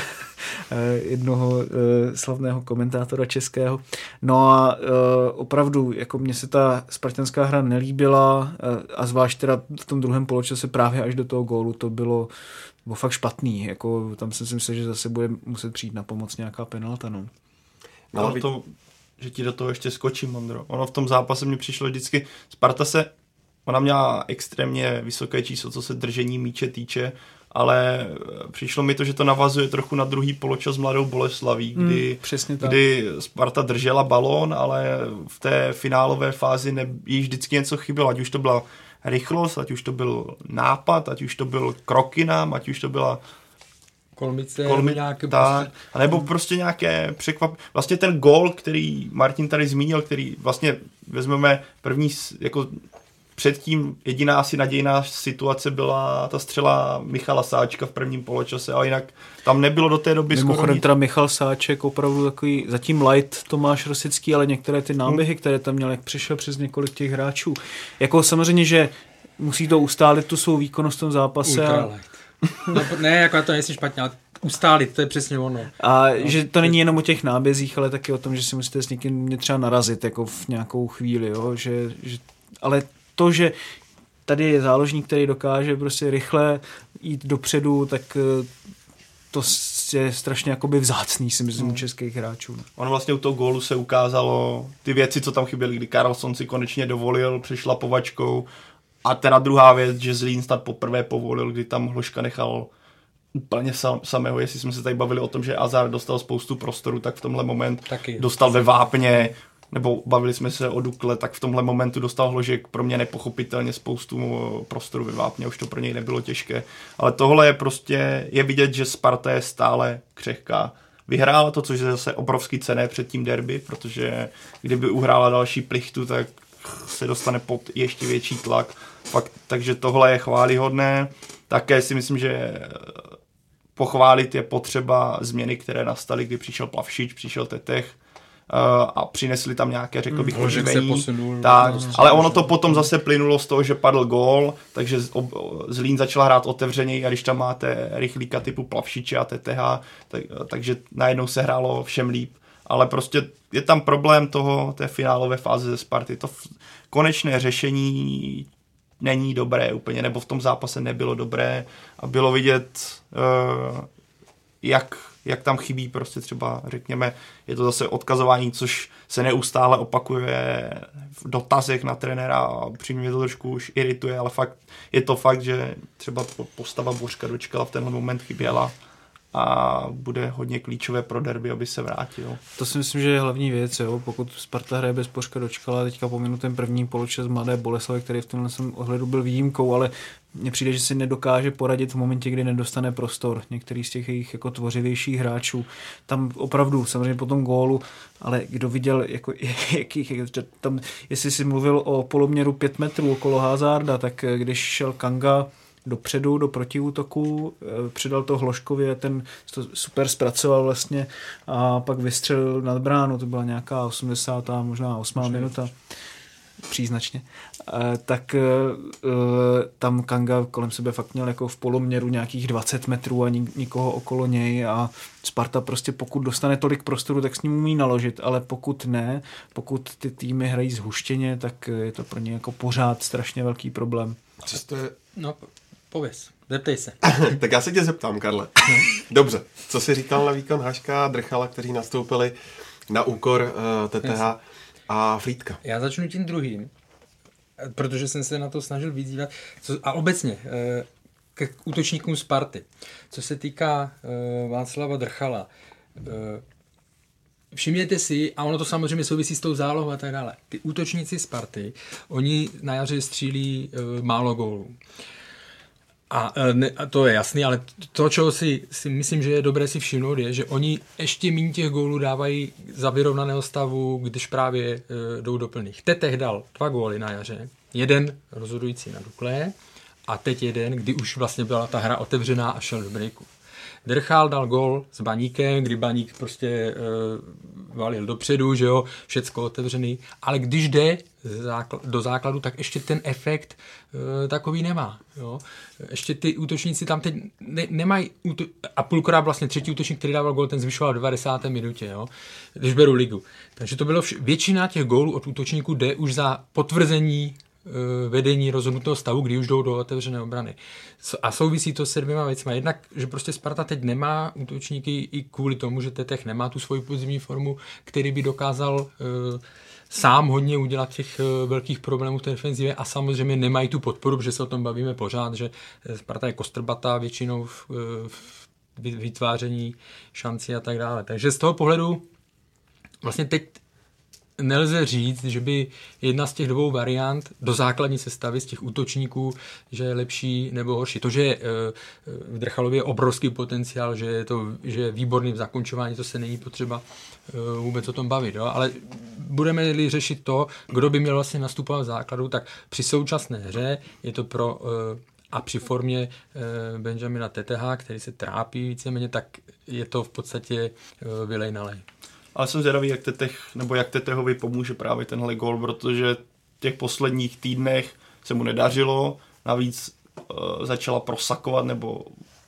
jednoho uh, slavného komentátora českého. No a uh, opravdu, jako mně se ta spartanská hra nelíbila uh, a zvlášť teda v tom druhém poločase právě až do toho gólu to bylo, bylo fakt špatný. Jako, tam jsem si myslel, že zase bude muset přijít na pomoc nějaká penalta. No. No, ale to, že ti do toho ještě skočím, Ondro. Ono v tom zápase mi přišlo vždycky, Sparta se, ona měla extrémně vysoké číslo, co se držení míče týče, ale přišlo mi to, že to navazuje trochu na druhý poločas Mladou Boleslaví, kdy, mm, kdy Sparta držela balón, ale v té finálové fázi ne, jí vždycky něco chybělo, ať už to byla rychlost, ať už to byl nápad, ať už to byl kroky nám, ať už to byla Kolmice, Kolmi, nějaké tak, prostě... nebo prostě nějaké překvap... Vlastně ten gól, který Martin tady zmínil, který vlastně vezmeme první, jako předtím jediná asi nadějná situace byla ta střela Michala Sáčka v prvním poločase, ale jinak tam nebylo do té doby skoro nic. Teda Michal Sáček opravdu takový zatím light Tomáš Rosický, ale některé ty náběhy, hmm. které tam měl, jak přišel přes několik těch hráčů. Jako samozřejmě, že musí to ustálit tu svou výkonnost v tom zápase. No, ne, jako já to nejsi špatně, ale ustálit, to je přesně ono. A no, že to není jenom o těch nábězích, ale taky o tom, že si musíte s někým třeba narazit jako v nějakou chvíli, jo? Že, že, ale to, že tady je záložník, který dokáže prostě rychle jít dopředu, tak to je strašně jakoby vzácný, si myslím, u českých hráčů. On vlastně u toho gólu se ukázalo ty věci, co tam chyběly, kdy Karlsson si konečně dovolil přešlapovačkou a teda druhá věc, že Zlín snad poprvé povolil, kdy tam Hložka nechal úplně sam, samého, jestli jsme se tady bavili o tom, že Azar dostal spoustu prostoru, tak v tomhle moment Taky. dostal ve vápně, nebo bavili jsme se o Dukle, tak v tomhle momentu dostal Hložek pro mě nepochopitelně spoustu prostoru ve vápně, už to pro něj nebylo těžké. Ale tohle je prostě, je vidět, že Sparta je stále křehká. Vyhrála to, což je zase obrovský cenné před tím derby, protože kdyby uhrála další plichtu, tak se dostane pod ještě větší tlak. Fakt, takže tohle je chválihodné. Také si myslím, že pochválit je potřeba změny, které nastaly, kdy přišel Plavšič, přišel Tetech uh, a přinesli tam nějaké, řekl bych, oživení. Tak, ale ono to potom zase plynulo z toho, že padl gól, takže Zlín začala hrát otevřeněji a když tam máte rychlíka typu Plavšiče a Teteha, tak, takže najednou se hrálo všem líp. Ale prostě je tam problém toho, té finálové fáze ze Sparty. To konečné řešení není dobré úplně, nebo v tom zápase nebylo dobré a bylo vidět, uh, jak, jak tam chybí prostě třeba, řekněme, je to zase odkazování, což se neustále opakuje v dotazech na trenéra a přímě to trošku už irituje, ale fakt, je to fakt, že třeba postava Bořka Dočkala v tenhle moment chyběla a bude hodně klíčové pro derby, aby se vrátil. To si myslím, že je hlavní věc, jo? Pokud Sparta hraje bez Bořka Dočkala, teďka pominu ten první poločas Mladé Boleslavi, který v tomhle ohledu byl výjimkou, ale mně přijde, že si nedokáže poradit v momentě, kdy nedostane prostor. Některý z těch jejich jako tvořivějších hráčů. Tam opravdu, samozřejmě po tom gólu, ale kdo viděl, jako, jakých, tam, jestli si mluvil o poloměru pět metrů okolo Hazarda, tak když šel Kanga dopředu, do protiútoku, přidal to Hložkovi a ten to super zpracoval vlastně a pak vystřelil nad bránu, to byla nějaká osmdesátá možná osmá minuta, příznačně. Tak tam Kanga kolem sebe fakt měl jako v poloměru nějakých dvacet metrů a nikoho okolo něj a Sparta prostě pokud dostane tolik prostoru, tak s ním umí naložit, ale pokud ne, pokud ty týmy hrají zhuštěně, tak je to pro ně jako pořád strašně velký problém. Co jste... No, pověz, zeptej se. Tak já se tě zeptám, Karle. Dobře, co jsi říkal na výkon Haška a Drchala, kteří nastoupili na úkor uh, T T H a Frýdka? Já začnu tím druhým, protože jsem se na to snažil víc dívat. Co, a obecně, uh, k útočníkům Sparty. Co se týká uh, Václava Drchala, uh, všimněte si, a ono to samozřejmě souvisí s tou zálohou a tak dále, ty útočníci Sparty, oni na jaře střílí uh, málo gólů. A, ne, a to je jasný, ale to, čeho si, si myslím, že je dobré si všimnout, je, že oni ještě méně těch gólů dávají za vyrovnaného stavu, když právě uh, jdou do plných. Tetech dal dva góly na jaře, jeden rozhodující na Dukle a teď jeden, kdy už vlastně byla ta hra otevřená a šel do breaku. Drchal dal gól s Baníkem, kdy Baník prostě uh, valil dopředu, že jo, všecko otevřený, ale když jde do základu, tak ještě ten efekt uh, takový nemá. Jo. Ještě ty útočníci tam teď ne, nemají, úto- a půlkrát vlastně třetí útočník, který dával gól, ten zvyšoval v devadesáté minutě, jo, když beru ligu. Takže to bylo vš- většina těch gólů od útočníků jde už za potvrzení vedení rozhodnutého stavu, kdy už jdou do otevřené obrany. A souvisí to s dvěma věcmi. Jednak, že prostě Sparta teď nemá útočníky i kvůli tomu, že Tetech nemá tu svoji podzimní formu, který by dokázal uh, sám hodně udělat těch uh, velkých problémů v té defenzivě a samozřejmě nemají tu podporu, protože se o tom bavíme pořád, že Sparta je kostrbatá většinou v, uh, v vytváření šancí a tak dále. Takže z toho pohledu vlastně teď nelze říct, že by jedna z těch dvou variant do základní sestavy z těch útočníků, že je lepší nebo horší. To, že v Drchalově je obrovský potenciál, že je, to, že je výborný v zakončování, to se není potřeba vůbec o tom bavit. Jo? Ale budeme-li řešit to, kdo by měl vlastně nastupovat v základu, tak při současné hře je to pro a při formě Benjamina Teteha, který se trápí víceméně, tak je to v podstatě vylej na lej. Ale jsem zvědavý, jak Tetech, nebo jak Tetehovi pomůže právě tenhle gól, protože v těch posledních týdnech se mu nedařilo, navíc uh, začala prosakovat, nebo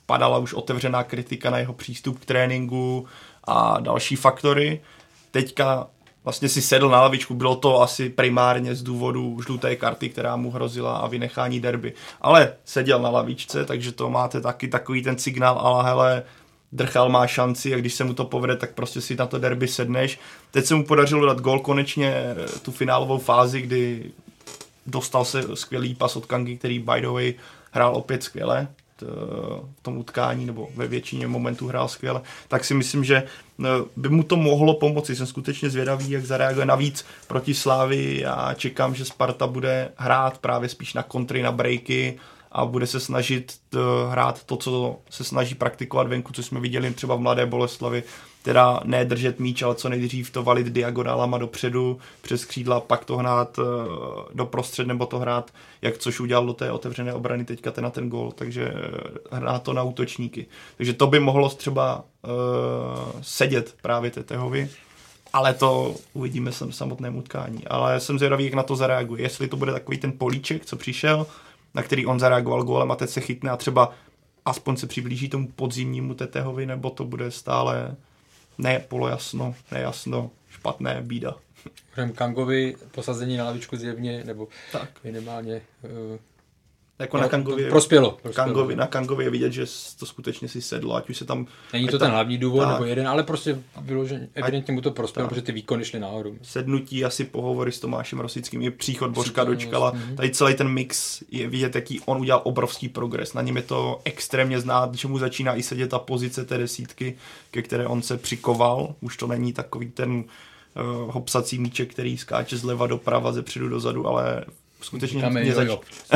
padala už otevřená kritika na jeho přístup k tréninku a další faktory. Teďka vlastně si sedl na lavičku, bylo to asi primárně z důvodu žluté karty, která mu hrozila a vynechání derby. Ale seděl na lavičce, takže to máte taky takový ten signál, ale hele, Drchal má šanci a když se mu to povede, tak prostě si na to derby sedneš. Teď se mu podařilo dát gól konečně tu finálovou fázi, kdy dostal se skvělý pas od Kangy, který by the way hrál opět skvěle v tom utkání, nebo ve většině momentů hrál skvěle, tak si myslím, že by mu to mohlo pomoci. Jsem skutečně zvědavý, jak zareaguje. Navíc proti Slávii já čekám, že Sparta bude hrát právě spíš na kontry, na breaky a bude se snažit hrát to, co se snaží praktikovat venku, co jsme viděli třeba v Mladé Boleslavi, teda ne držet míč, ale co nejdřív to valit diagonálama dopředu, přes křídla, pak to hnát do prostřed, nebo to hrát, jak což udělal do té otevřené obrany teďka ten na ten gól, takže hrát to na útočníky. Takže to by mohlo třeba uh, sedět právě Tetehovi, ale to uvidíme v samotném utkání. Ale jsem zvědavý, jak na to zareaguje. Jestli to bude takový ten políček, co přišel, na který on zareagoval gólem a teď se chytne a třeba aspoň se přiblíží tomu podzimnímu Tetehovi, nebo to bude stále ne polojasno, nejasno, špatné, bída. Kangovi posazení na lavičku zjevně, nebo tak. minimálně uh, jako na Kangově, prospělo. prospělo. Kangovi, na Kangově je vidět, že to skutečně si sedlo, ať už se tam... Není to tam, ten hlavní důvod, tak, nebo jeden, ale prostě vyloženě, evidentně mu to prospělo, tak, protože ty výkony šly nahoru. Sednutí, asi pohovory s Tomášem Rosickým, i příchod Bořka dočkala. Tady celý ten mix je vidět, jaký on udělal obrovský progres. Na něm je to extrémně znát, že mu začíná i sedět ta pozice té desítky, ke které on se přikoval. Už to není takový ten uh, hopsací míček, který skáče zleva doprava, ze předu dozadu, ale skutečně mě zač...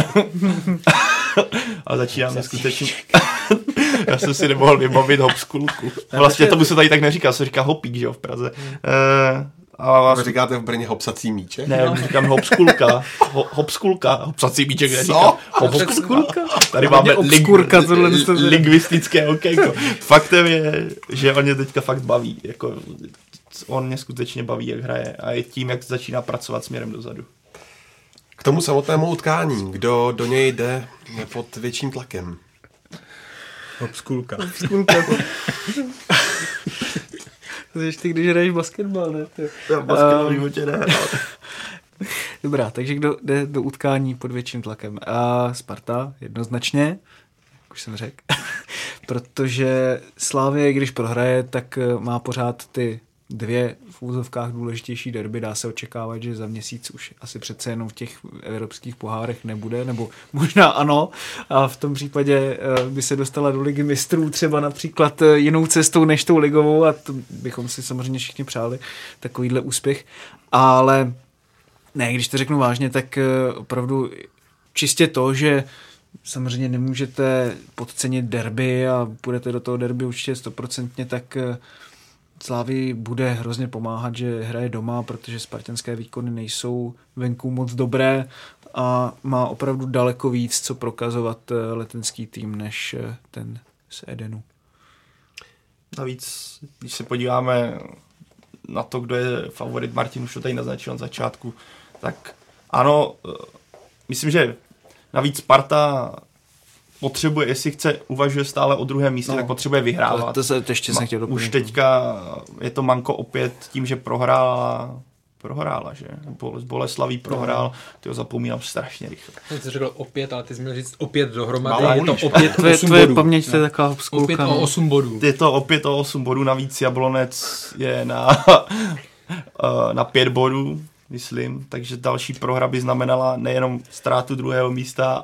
A začínáme skutečně... Já jsem si nemohl vybavit hopskulku. Vlastně tomu se tady tak neříká, se říká hopík, že jo, v Praze. E, a vás... říkáte v Brně hopsací míček? Ne, no. Říkám hopskulka. Ho, hopskulka. Hopsací míček neříkám. Hopskulka? Tady máme obskurka, ling, lingvistické okénko. Faktem je, že on mě teďka fakt baví. Jako, on mě skutečně baví, jak hraje. A je tím, jak začíná pracovat směrem dozadu. K tomu samotnému utkání, kdo do něj jde pod větším tlakem? Obskulka. Obskulka. To jsi ty, když hraješ basketbal, ne? Já basketbal v životě nehrál. Dobrá, takže kdo jde do utkání pod větším tlakem? A Sparta, jednoznačně, jak už jsem řekl. Protože Slavie, když prohraje, tak má pořád ty dvě v úzovkách důležitější derby. Dá se očekávat, že za měsíc už asi přece jenom v těch evropských pohárech nebude, nebo možná ano. A v tom případě by se dostala do ligy mistrů třeba například jinou cestou než tou ligovou a to bychom si samozřejmě všichni přáli takovýhle úspěch. Ale ne, když to řeknu vážně, tak opravdu čistě to, že samozřejmě nemůžete podcenit derby a půjdete do toho derby určitě stoprocentně, tak Slavii bude hrozně pomáhat, že hraje doma, protože spartanské výkony nejsou venku moc dobré a má opravdu daleko víc, co prokazovat letenský tým, než ten z Edenu. Navíc, když se podíváme na to, kdo je favorit, Martin už to tady naznačil na začátku, tak ano, myslím, že navíc Sparta potřebuje, jestli chce, uvažuje stále o druhém místě, no, tak potřebuje vyhrávat. To, to se to ještě Ma, chtěl doplnit. Už teďka je to manko opět tím, že prohrála, prohrála, že? Z Boleslaví prohrál, no. Tyho zapomínám strašně rychle. Ty jsi řekl opět, ale ty jsi měl říct opět dohromady. Ale je to ulíš. opět tvoje, osm tvoje bodů. paměť to je taková obskulka. Opět o osm bodů. Je to opět o osm bodů, navíc Jablonec je na, na pět bodů, myslím, takže další prohra by znamenala nejenom ztrátu druhého místa,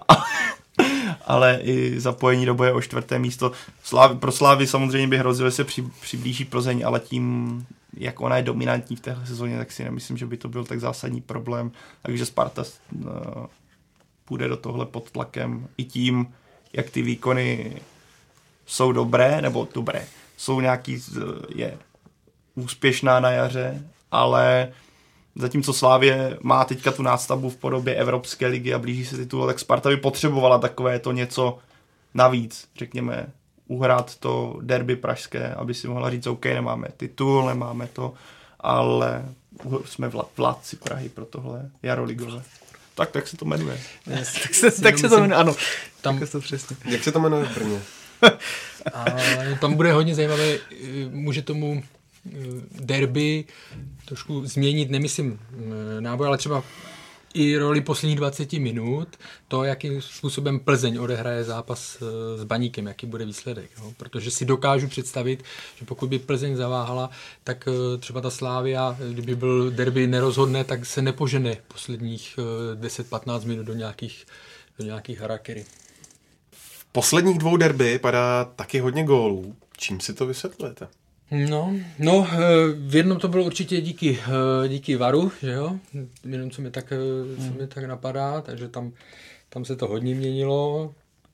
ale i zapojení do boje o čtvrté místo. Slávy, pro Slávy samozřejmě by hrozilo, že se při, přiblíží Plzeň, ale tím, jak ona je dominantní v téhle sezóně, tak si nemyslím, že by to byl tak zásadní problém. Takže Sparta uh, půjde do tohle pod tlakem i tím, jak ty výkony jsou dobré, nebo dobré, jsou nějaký, je úspěšná na jaře, ale zatímco Slavie má teďka tu nástavbu v podobě Evropské ligy a blíží se titul, tak Sparta by potřebovala takové to něco navíc, řekněme, uhrát to derby pražské, aby si mohla říct, OK, nemáme titul, nemáme to, ale jsme vládci Prahy pro tohle jaro ligové. Tak, tak se to jmenuje. Yes, tak se, tak se to jmenuje, ano. Tam, tak to přesně. Jak se to jmenuje v Brně? A tam bude hodně zajímavé, může tomu derby trošku změnit, nemyslím náboj, ale třeba i roli posledních dvacet minut, to, jakým způsobem Plzeň odehraje zápas s Baníkem, jaký bude výsledek. No? Protože si dokážu představit, že pokud by Plzeň zaváhala, tak třeba ta Slavia, kdyby byl derby nerozhodné, tak se nepožene posledních deset patnáct minut do nějakých, do nějakých harakery. V posledních dvou derby padá taky hodně gólů. Čím si to vysvětlujete? No, no, v jednom to bylo určitě díky, díky varu, že jo, jenom co mi tak, co mi tak napadá, takže tam, tam se to hodně měnilo,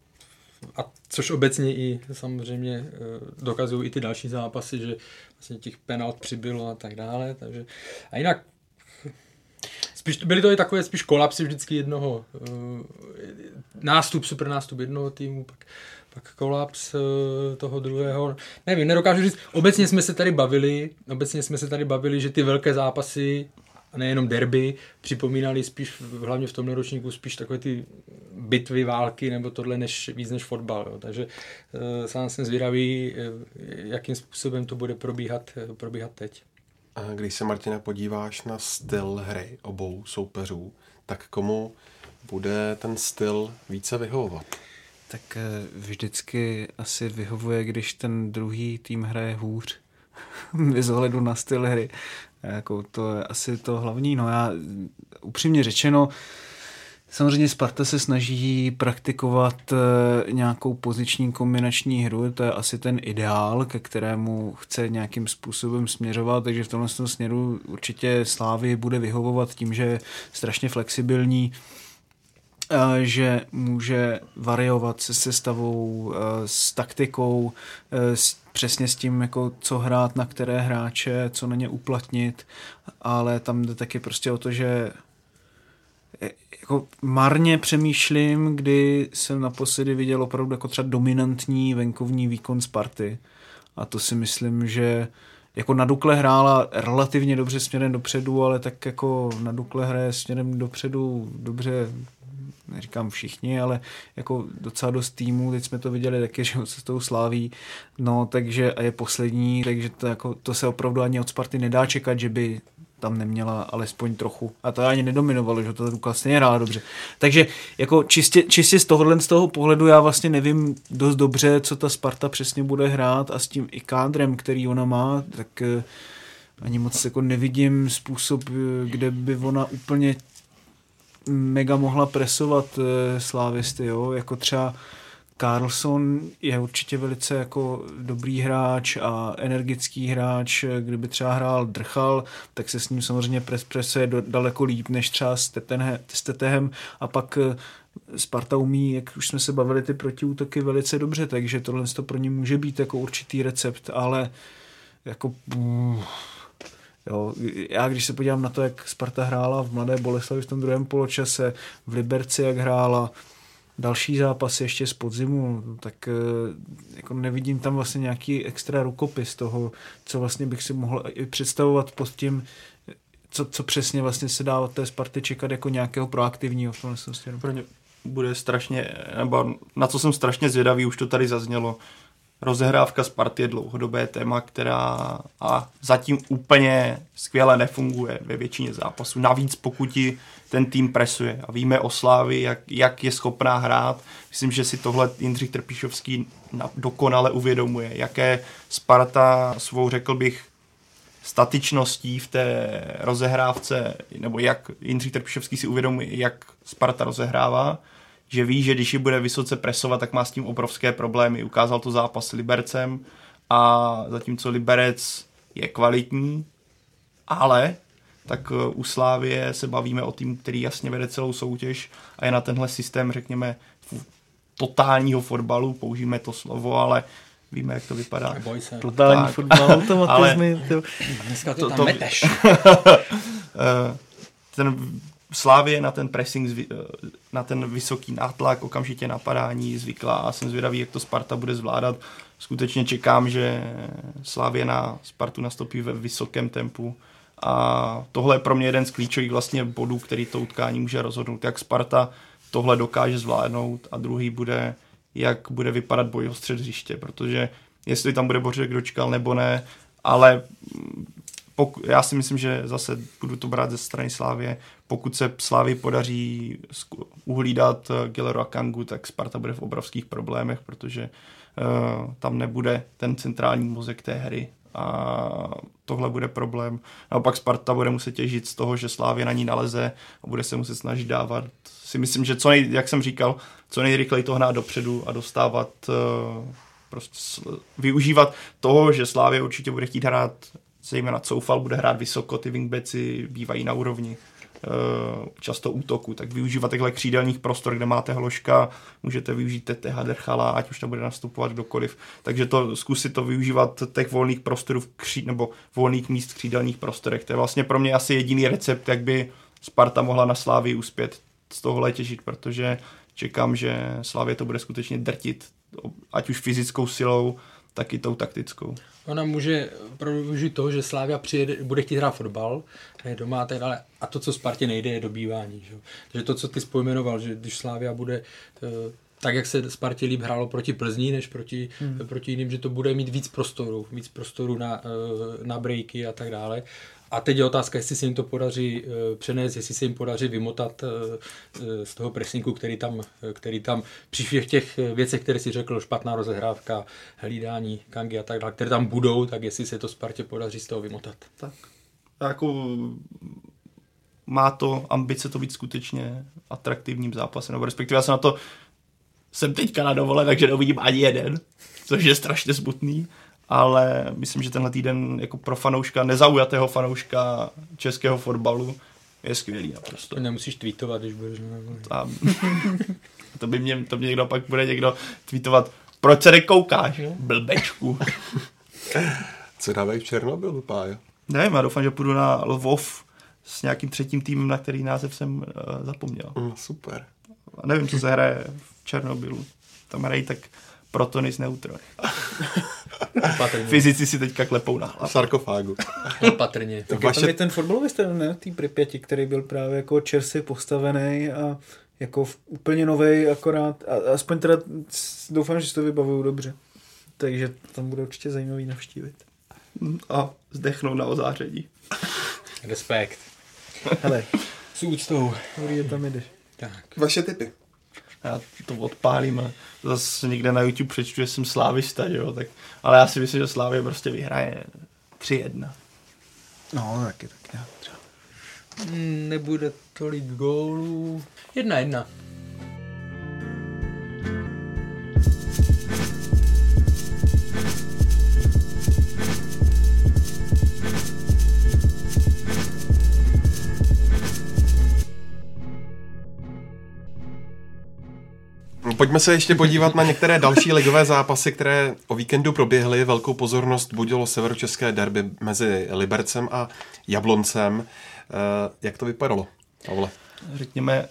a což obecně i samozřejmě dokazují i ty další zápasy, že vlastně těch penalt přibylo a tak dále, takže a jinak spíš, byly to i takové spíš kolapsy vždycky jednoho, nástup, super nástup jednoho týmu, pak pak kolaps toho druhého. Nevím, nedokážu říct. Obecně jsme se tady bavili, obecně jsme se tady bavili, že ty velké zápasy, a nejenom derby, připomínaly spíš, hlavně v tomhle ročníku, spíš takové ty bitvy, války, nebo tohle než, víc než fotbal. Jo. Takže e, sám jsem zvědavý, e, jakým způsobem to bude probíhat, e, probíhat teď. A když se, Martina, podíváš na styl hry obou soupeřů, tak komu bude ten styl více vyhovovat? Tak vždycky asi vyhovuje, když ten druhý tým hraje hůř. Bez ohledu na styl hry. Jako to je asi to hlavní. No já upřímně řečeno, samozřejmě Sparta se snaží praktikovat nějakou poziční kombinační hru, to je asi ten ideál, ke kterému chce nějakým způsobem směřovat, takže v tomhle směru určitě Slávii bude vyhovovat tím, že je strašně flexibilní, že může variovat se sestavou, s taktikou, s, přesně s tím, jako co hrát na které hráče, co na ně uplatnit, ale tam jde taky prostě o to, že jako marně přemýšlím, kdy jsem naposledy viděl opravdu jako třeba dominantní venkovní výkon Sparty, a to si myslím, že jako na Dukle hrála relativně dobře směrem dopředu, ale tak jako na Dukle hraje směrem dopředu dobře, neříkám všichni, ale jako docela dost týmů, teď jsme to viděli taky, že se s tou Slaví, no takže a je poslední, takže to, jako, to se opravdu ani od Sparty nedá čekat, že by tam neměla alespoň trochu. A to ani nedominovalo, že to Dukla stejně hrála dobře. Takže jako čistě, čistě z tohohle z toho pohledu já vlastně nevím dost dobře, co ta Sparta přesně bude hrát, a s tím i kádrem, který ona má, tak ani moc jako nevidím způsob, kde by ona úplně mega mohla presovat slávisty, jo, jako třeba Karlsson je určitě velice jako dobrý hráč a energický hráč, kdyby třeba hrál Drchal, tak se s ním samozřejmě pres, presuje daleko líp než třeba s, Tetenhe, s Tetehem, a pak Sparta umí, jak už jsme se bavili, ty protiútoky velice dobře, takže tohle to pro ně může být jako určitý recept, ale jako jo, já když se podívám na to, jak Sparta hrála v Mladé Boleslavi v tom druhém poločase, v Liberci, jak hrála, další zápasy ještě z podzimu, tak jako nevidím tam vlastně nějaký extra rukopis toho, co vlastně bych si mohl představovat pod tím, co, co přesně vlastně se dá od té Sparty čekat jako nějakého proaktivního v tomhle směru. Pro ně bude strašně, nebo na co jsem strašně zvědavý, už to tady zaznělo, rozehrávka Sparty je dlouhodobé téma, která a zatím úplně skvěle nefunguje ve většině zápasů. Navíc pokud ti ten tým presuje a víme o Slávii, jak, jak je schopná hrát. Myslím, že si tohle Jindřich Trpišovský dokonale uvědomuje, jaké Sparta svou, řekl bych, statičností v té rozehrávce, nebo jak Jindřich Trpišovský si uvědomuje, jak Sparta rozehrává, že ví, že když ji bude vysoce presovat, tak má s tím obrovské problémy. Ukázal to zápas s Libercem, a zatímco Liberec je kvalitní, ale tak u Slávie se bavíme o týmu, který jasně vede celou soutěž a je na tenhle systém, řekněme, totálního fotbalu, použijeme to slovo, ale víme, jak to vypadá. Totální tak, fotbal, automatizmy. Dneska to, to tam meteš. Ten Slávie na ten pressing, na ten vysoký nátlak, okamžitě napadání zvyklá, a jsem zvědavý, jak to Sparta bude zvládat. Skutečně čekám, že Slávie na Spartu nastoupí ve vysokém tempu, a tohle je pro mě jeden z klíčových vlastně bodů, který to utkání může rozhodnout, jak Sparta tohle dokáže zvládnout, a druhý bude, jak bude vypadat boj o střed hřiště, protože jestli tam bude Bořek Dočkal nebo ne, ale Poku, já si myslím, že zase budu to brát ze strany Slávie. Pokud se Slávii podaří uhlídat Gilleru a Kangu, tak Sparta bude v obrovských problémech, protože uh, tam nebude ten centrální mozek té hry a tohle bude problém. Naopak Sparta bude muset těžit z toho, že Slávie na ní naleze a bude se muset snažit dávat. Si myslím, že co nej, jak jsem říkal, co nejrychleji to hnát dopředu a dostávat, uh, prostě využívat toho, že Slávie určitě bude chtít hrát, zejména Coufal bude hrát vysoko, ty wingbacki bývají na úrovni často útoku, tak využívat těchto křídelních prostor, kde máte Hloška, můžete využít Teteha, Derchala, ať už tam bude nastupovat kdokoliv. Takže to zkusit to využívat těch volných prostorů v kří, nebo volných míst v křídelních prostorech. To je vlastně pro mě asi jediný recept, jak by Sparta mohla na Slávii uspět z tohohle těžit, protože čekám, že Slávie to bude skutečně drtit, ať už fyzickou silou, tak i tou taktickou. Ona může využít toho, že Slavia přijede, bude chtít hrát fotbal, je doma a tak dále. A to, co Spartě nejde, je dobývání. Že? Takže to, co ty spojmenoval, že když Slavia bude tak, jak se Spartě líp hrálo proti Plzni, než proti, hmm. proti jiným, že to bude mít víc prostoru, víc prostoru na, na breaky a tak dále. A teď je otázka, jestli se jim to podaří uh, přenést, jestli se jim podaří vymotat uh, z toho pressingu, který tam, který tam při všech těch věcech, které si řekl, špatná rozehrávka, hlídání, Kangy a tak dále, které tam budou, tak jestli se to Spartě podaří z toho vymotat. Tak. Jako má to ambice to být skutečně atraktivním zápasem, nebo respektive já jsem na to jsem teďka na dovole, takže neuvidím ani jeden, což je strašně smutný. Ale myslím, že tenhle týden jako pro fanouška, nezaujatého fanouška českého fotbalu je skvělý naprosto. Nemusíš tweetovat, když budeš na to by mě, to mě někdo pak bude někdo tweetovat, proč se nekoukáš, blbečku. Co dávají v Černobylu, Pájo? Nevím, já doufám, že půjdu na Lvov s nějakým třetím týmem, na který název jsem uh, zapomněl. Mm, super. A nevím, co se hraje v Černobylu. Tam hrají tak protony z neutron. Fyzici si teďka klepou na hlavu. V sarkofágu. Opatrně. Tak vaše... je tam je ten fotbalový stadion, ne? Tý Pripyati, který byl právě jako čerstvě postavený a jako úplně novej akorát. A aspoň teda doufám, že si to vybavuju dobře. Takže tam bude určitě zajímavý navštívit. A zdechnou na ozáření. Respekt. Hele, s úctou. Dobrý, tam jdeš. Tak. Vaše tipy. Já to odpálím a zase někde na YouTube přečtu, že jsem slávista, jo, tak, ale já si myslím, že Slávě prostě vyhraje tři jedna. No, taky tak nějak třeba. Nebude tolik gólů. jedna jedna. Pojďme se ještě podívat na některé další ligové zápasy, které o víkendu proběhly. Velkou pozornost budilo severočeské derby mezi Libercem a Jabloncem. Jak to vypadalo, Pavle? Řekněme,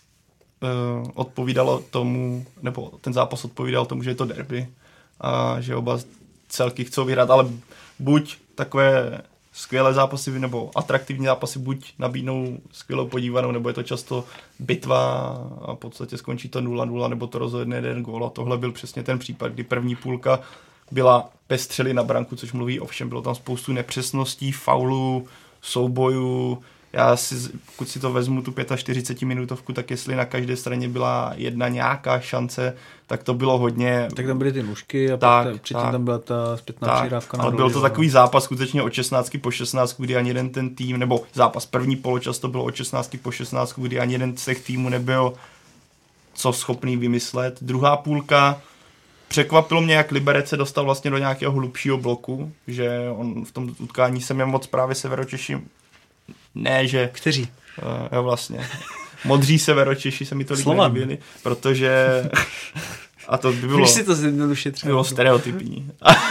odpovídalo tomu, nebo ten zápas odpovídal tomu, že je to derby a že oba celky chcou vyhrát, ale buď takové skvělé zápasy nebo atraktivní zápasy buď nabídnou skvělou podívanou, nebo je to často bitva a v podstatě skončí to nula nula, nebo to rozhodne jeden gól. A tohle byl přesně ten případ, kdy první půlka byla pestřely na branku, což mluví o všem. Bylo tam spoustu nepřesností, faulů, soubojů. Já si, pokud si to vezmu tu čtyřicetipětiminutovku, tak jestli na každé straně byla jedna nějaká šance, tak to bylo hodně. Tak tam byly ty nůžky a tak, pak předtím tam byla ta zpětná tak, přihrávka. Ale byl to takový zápas skutečně od šestnáctky po šestnáctku, kdy ani jeden ten tým, nebo zápas první poločas to bylo od šestnáctky po šestnáctku, kdy ani jeden z těch týmů nebyl co schopný vymyslet. Druhá půlka, překvapilo mě, jak Liberec se dostal vlastně do nějakého hlubšího bloku, že on v tom utkání jsem je moc právě Severočeši. Ne, že... Kteří? Uh, jo, vlastně. Modří Severočeši se mi tolik nelíbili, protože... A to by bylo... Když si to zjednoduše třeba. Bylo stereotypní.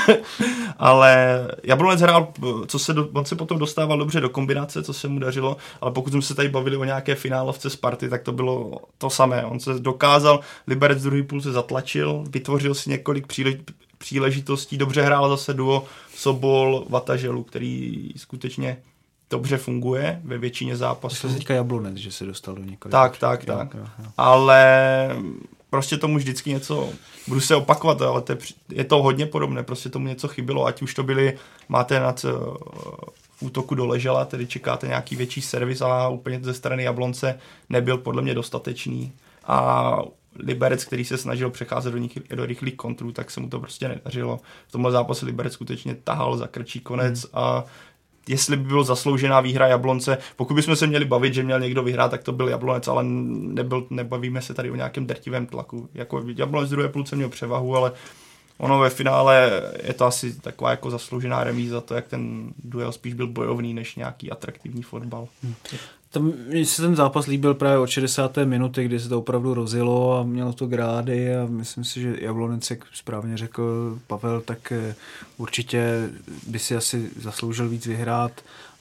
Ale Jablonec hrál, co se do, on se potom dostával dobře do kombinace, co se mu dařilo, ale pokud jsme se tady bavili o nějaké finálovce Sparty, tak to bylo to samé. On se dokázal, Liberec v druhý půlce zatlačil, vytvořil si několik přílež, příležitostí, dobře hrál zase duo Sobol, Vataželu, který skutečně dobře funguje ve většině zápasů. To se teďka Jablonec, že se dostal do několika. Tak, tak, tak. Jo, jo. Ale prostě tomu vždycky něco, budu se opakovat, ale to je, je to hodně podobné, prostě tomu něco chybilo, ať už to byly, máte nad uh, útoku do Ležela, tedy čekáte nějaký větší servis a úplně ze strany Jablonce nebyl podle mě dostatečný a Liberec, který se snažil přecházet do, nich, do rychlých kontrů, tak se mu to prostě nedařilo. V tomhle zápase Liberec skutečně tahal za krčí konec a jestli by byl zasloužená výhra Jablonce, pokud bychom se měli bavit, že měl někdo vyhrát, tak to byl Jablonec, ale nebyl, nebavíme se tady o nějakém drtivém tlaku. Jako Jablonec v druhé půlce měl převahu, ale ono ve finále je to asi taková jako zasloužená remíza, to jak ten duel spíš byl bojovný, než nějaký atraktivní fotbal. Hmm. Tam se ten zápas líbil právě od šedesáté minuty, kdy se to opravdu rozjelo a mělo to grády a myslím si, že Jablonec, jak správně řekl Pavel, tak určitě by si asi zasloužil víc vyhrát,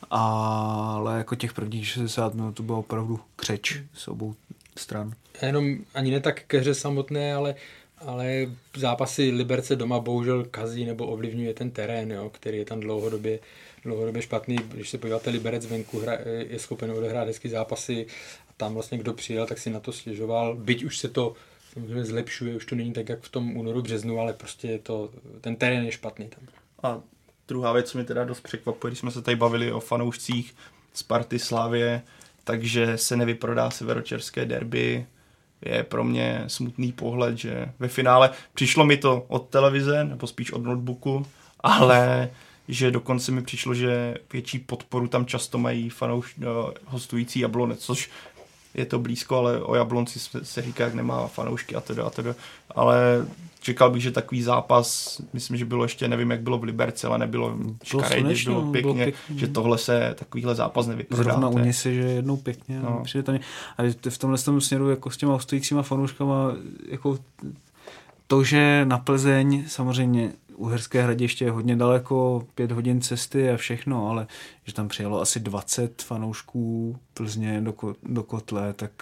ale jako těch prvních šedesát minut to bylo opravdu křeč z obou stran. Jenom ani ne tak ke hře samotné, ale ale zápasy Liberce doma bohužel kazí nebo ovlivňuje ten terén, jo, který je tam dlouhodobě, dlouhodobě špatný. Když se podíváte, Liberec venku hra, je schopen odehrát hezký zápasy a tam vlastně kdo přijel, tak si na to stěžoval. Byť už se to samozřejmě zlepšuje, už to není tak, jak v tom únoru, březnu, ale prostě je to, ten terén je špatný tam. A druhá věc, co mi teda dost překvapuje, když jsme se tady bavili o fanoušcích Sparty, Slavie, takže se nevyprodá severočerské derby. Je pro mě smutný pohled, že ve finále přišlo mi to od televize, nebo spíš od notebooku, ale že dokonce mi přišlo, že větší podporu tam často mají fanouš, hostující Jablonec, což je to blízko, ale o Jablonci se říká, jak nemá fanoušky a teda a teda, ale čekal bych, že takový zápas, myslím, že bylo ještě, nevím, jak bylo v Liberci, ale nebylo škaredě, bylo, bylo pěkně, bylo pěkně, že tohle se, takovýhle zápas nevyprodá. Zrovna u něj se, že jednou pěkně. No. A v tomhle tom směru jako s těma hostujícíma fanouškama, jako to, že na Plzeň samozřejmě Uherské Hradiště je hodně daleko, pět hodin cesty a všechno, ale že tam přijelo asi dvacet fanoušků Plzně do, do kotle, tak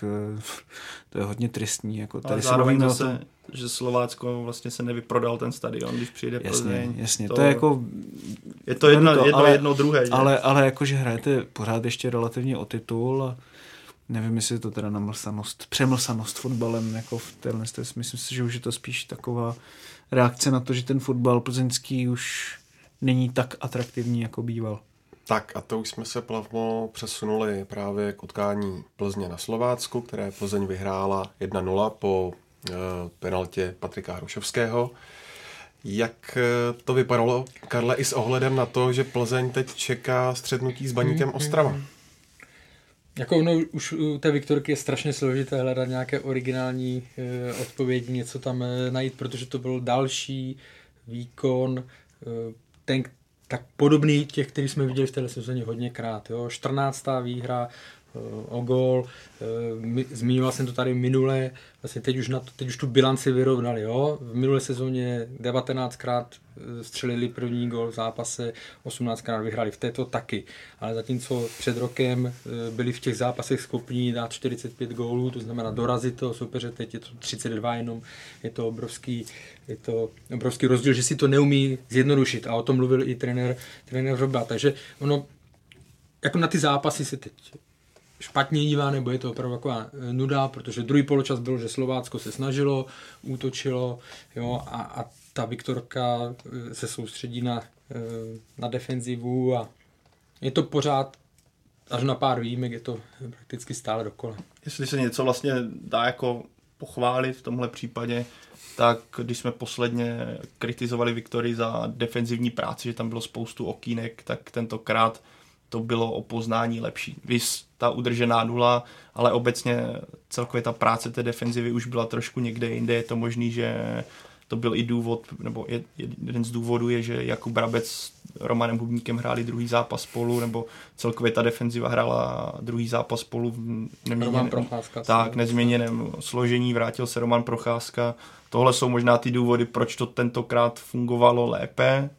to je hodně tristní. Jako tady ale zároveň zase, tom... že Slovácko vlastně se nevyprodal ten stadion, když přijde Plzeň. Jasně, jasně. To, to je jako... Je to jedno, to, jedno, ale, jedno druhé. Že? Ale, ale jakože hrajete pořád ještě relativně o titul a nevím, jestli je to teda namlsanost, přemlsanost fotbalem, jako v téhle, myslím si, že už je to spíš taková reakce na to, že ten fotbal plzeňský už není tak atraktivní, jako býval. Tak a to už jsme se plavmo přesunuli právě k utkání Plzně na Slovácku, které Plzeň vyhrála jedna nula po e, penaltě Patrika Hrušovského. Jak to vypadalo, Karle, i s ohledem na to, že Plzeň teď čeká střetnutí s Baníkem Ostrava? Jako no, už u té Viktorky je strašně složité hledat nějaké originální e, odpovědi, něco tam e, najít, protože to byl další výkon, e, ten tak podobný těch, který jsme viděli v téhle sezóně hodněkrát. Jo? čtrnáctá výhra e, o gól, e, zmiňoval jsem to tady minule, vlastně teď už, na to, teď už tu bilanci vyrovnali. Jo? V minulé sezóně devatenáctkrát střelili první gól v zápase, osmnáctkrát vyhráli v této taky. Ale zatímco před rokem byli v těch zápasech schopní dát čtyřicet pět gólů, to znamená dorazit toho soupeře, teď je to třicet dva jenom, je to obrovský, je to obrovský rozdíl, že si to neumí zjednodušit a o tom mluvil i trenér, trenér Hroba. Takže ono, jako na ty zápasy se teď špatně dívá, nebo je to opravdu taková nuda, protože druhý poločas bylo, že Slovácko se snažilo, útočilo, jo, a, a ta Viktorka se soustředí na, na defenzivu a je to pořád až na pár výjimek, je to prakticky stále dokola. Jestli se něco vlastně dá jako pochválit v tomhle případě, tak když jsme posledně kritizovali Viktorii za defenzivní práci, že tam bylo spoustu okýnek, tak tentokrát to bylo o poznání lepší. Vys ta udržená nula, ale obecně celkově ta práce té defenzivy už byla trošku někde jinde. Je to možný, že to byl i důvod, nebo jeden z důvodů je, že Jakub Brabec s Romanem Hubníkem hráli druhý zápas spolu, nebo celkově ta defenziva hrála druhý zápas spolu v neměněném, tak, nezměněném složení, vrátil se Roman Procházka. Tohle jsou možná ty důvody, proč to tentokrát fungovalo lépe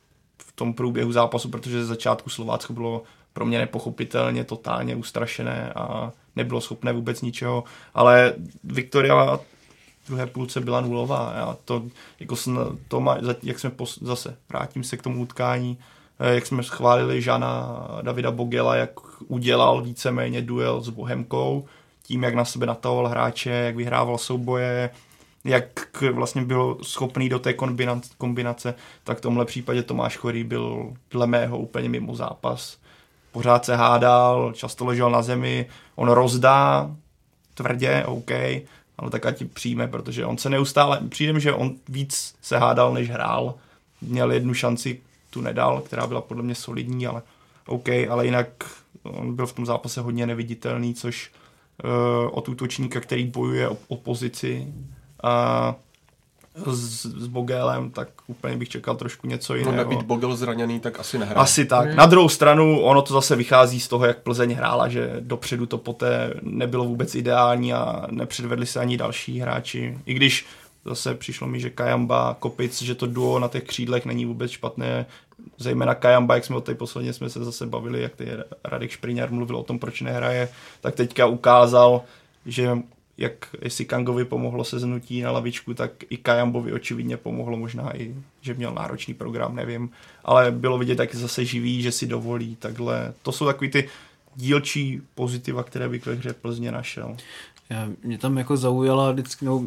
v tom průběhu zápasu, protože ze začátku Slovácko bylo pro mě nepochopitelně totálně ustrašené a nebylo schopné vůbec ničeho, ale Viktoria v druhé půlce byla nulová. A to, jako to má, jak jsme pos, zase, vrátím se k tomu utkání, jak jsme schválili Žana Davida Bogela, jak udělal víceméně duel s Bohemkou, tím, jak na sebe natahoval hráče, jak vyhrával souboje, jak vlastně byl schopný do té kombinace, kombinace, tak v tomhle případě Tomáš Chorý byl dle mého úplně mimo zápas. Pořád se hádal, často ležel na zemi, on rozdá tvrdě, OK, ale tak ať přijme, protože on se neustále, přijde mi, že on víc se hádal, než hrál. Měl jednu šanci, tu nedal, která byla podle mě solidní, ale OK, ale jinak on byl v tom zápase hodně neviditelný, což uh, od útočníka, který bojuje o, o pozici a s, s Bogelem, tak úplně bych čekal trošku něco jiného. No nebýt Bogel zraněný, tak asi nehrál. Asi tak. Hmm. Na druhou stranu, ono to zase vychází z toho, jak Plzeň hrála, že dopředu to poté nebylo vůbec ideální a nepředvedli se ani další hráči. I když zase přišlo mi, že Kajamba, Kopic, že to duo na těch křídlech není vůbec špatné. Zejména Kajamba, jak jsme o té posledně jsme se zase bavili, jak ty Radek Špriňar mluvil o tom, proč nehraje, tak teďka ukázal, že jak jestli Kangovi pomohlo se znutí na lavičku, tak i Kajambovi očividně pomohlo, možná i, že měl náročný program, nevím, ale bylo vidět, jak zase živý, že si dovolí takhle. To jsou takový ty dílčí pozitiva, které bych ve hře Plzně našel. Já, mě tam jako zaujala vždycky, no,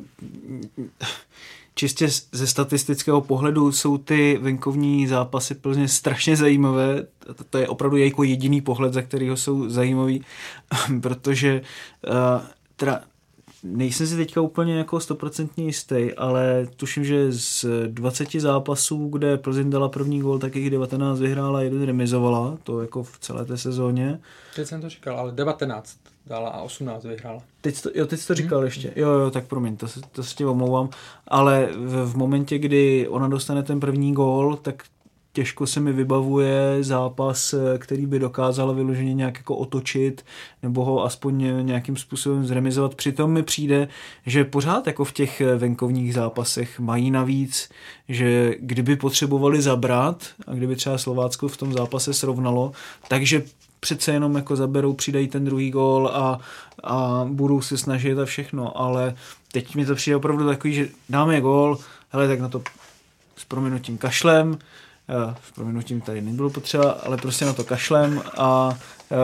čistě ze statistického pohledu jsou ty venkovní zápasy Plzně strašně zajímavé. To je opravdu jako jediný pohled, za kterýho jsou zajímavý, protože uh, teda nejsem si teďka úplně jako stoprocentně jistý, ale tuším, že z dvaceti zápasů, kde Plzeň dala první gól, tak jich devatenáct vyhrála, jeden remizovala, to jako v celé té sezóně. Teď jsem to říkal, ale devatenáct dala a osmnáct vyhrála. Teď to, jo, teď jsi to říkal hmm. ještě. Jo, jo, tak promiň, to, to se tě omlouvám. Ale v, v momentě, kdy ona dostane ten první gól, tak těžko se mi vybavuje zápas, který by dokázal vyloženě nějak jako otočit nebo ho aspoň nějakým způsobem zremizovat. Přitom mi přijde, že pořád jako v těch venkovních zápasech mají navíc, že kdyby potřebovali zabrat a kdyby třeba Slovácko v tom zápase srovnalo, takže přece jenom jako zaberou, přidají ten druhý gól a, a budou se snažit a všechno, ale teď mi to přijde opravdu takový, že dáme gól, hele, tak na to s prominutím kašlem, s prominutím tady nebylo potřeba, ale prostě na to kašlem a e,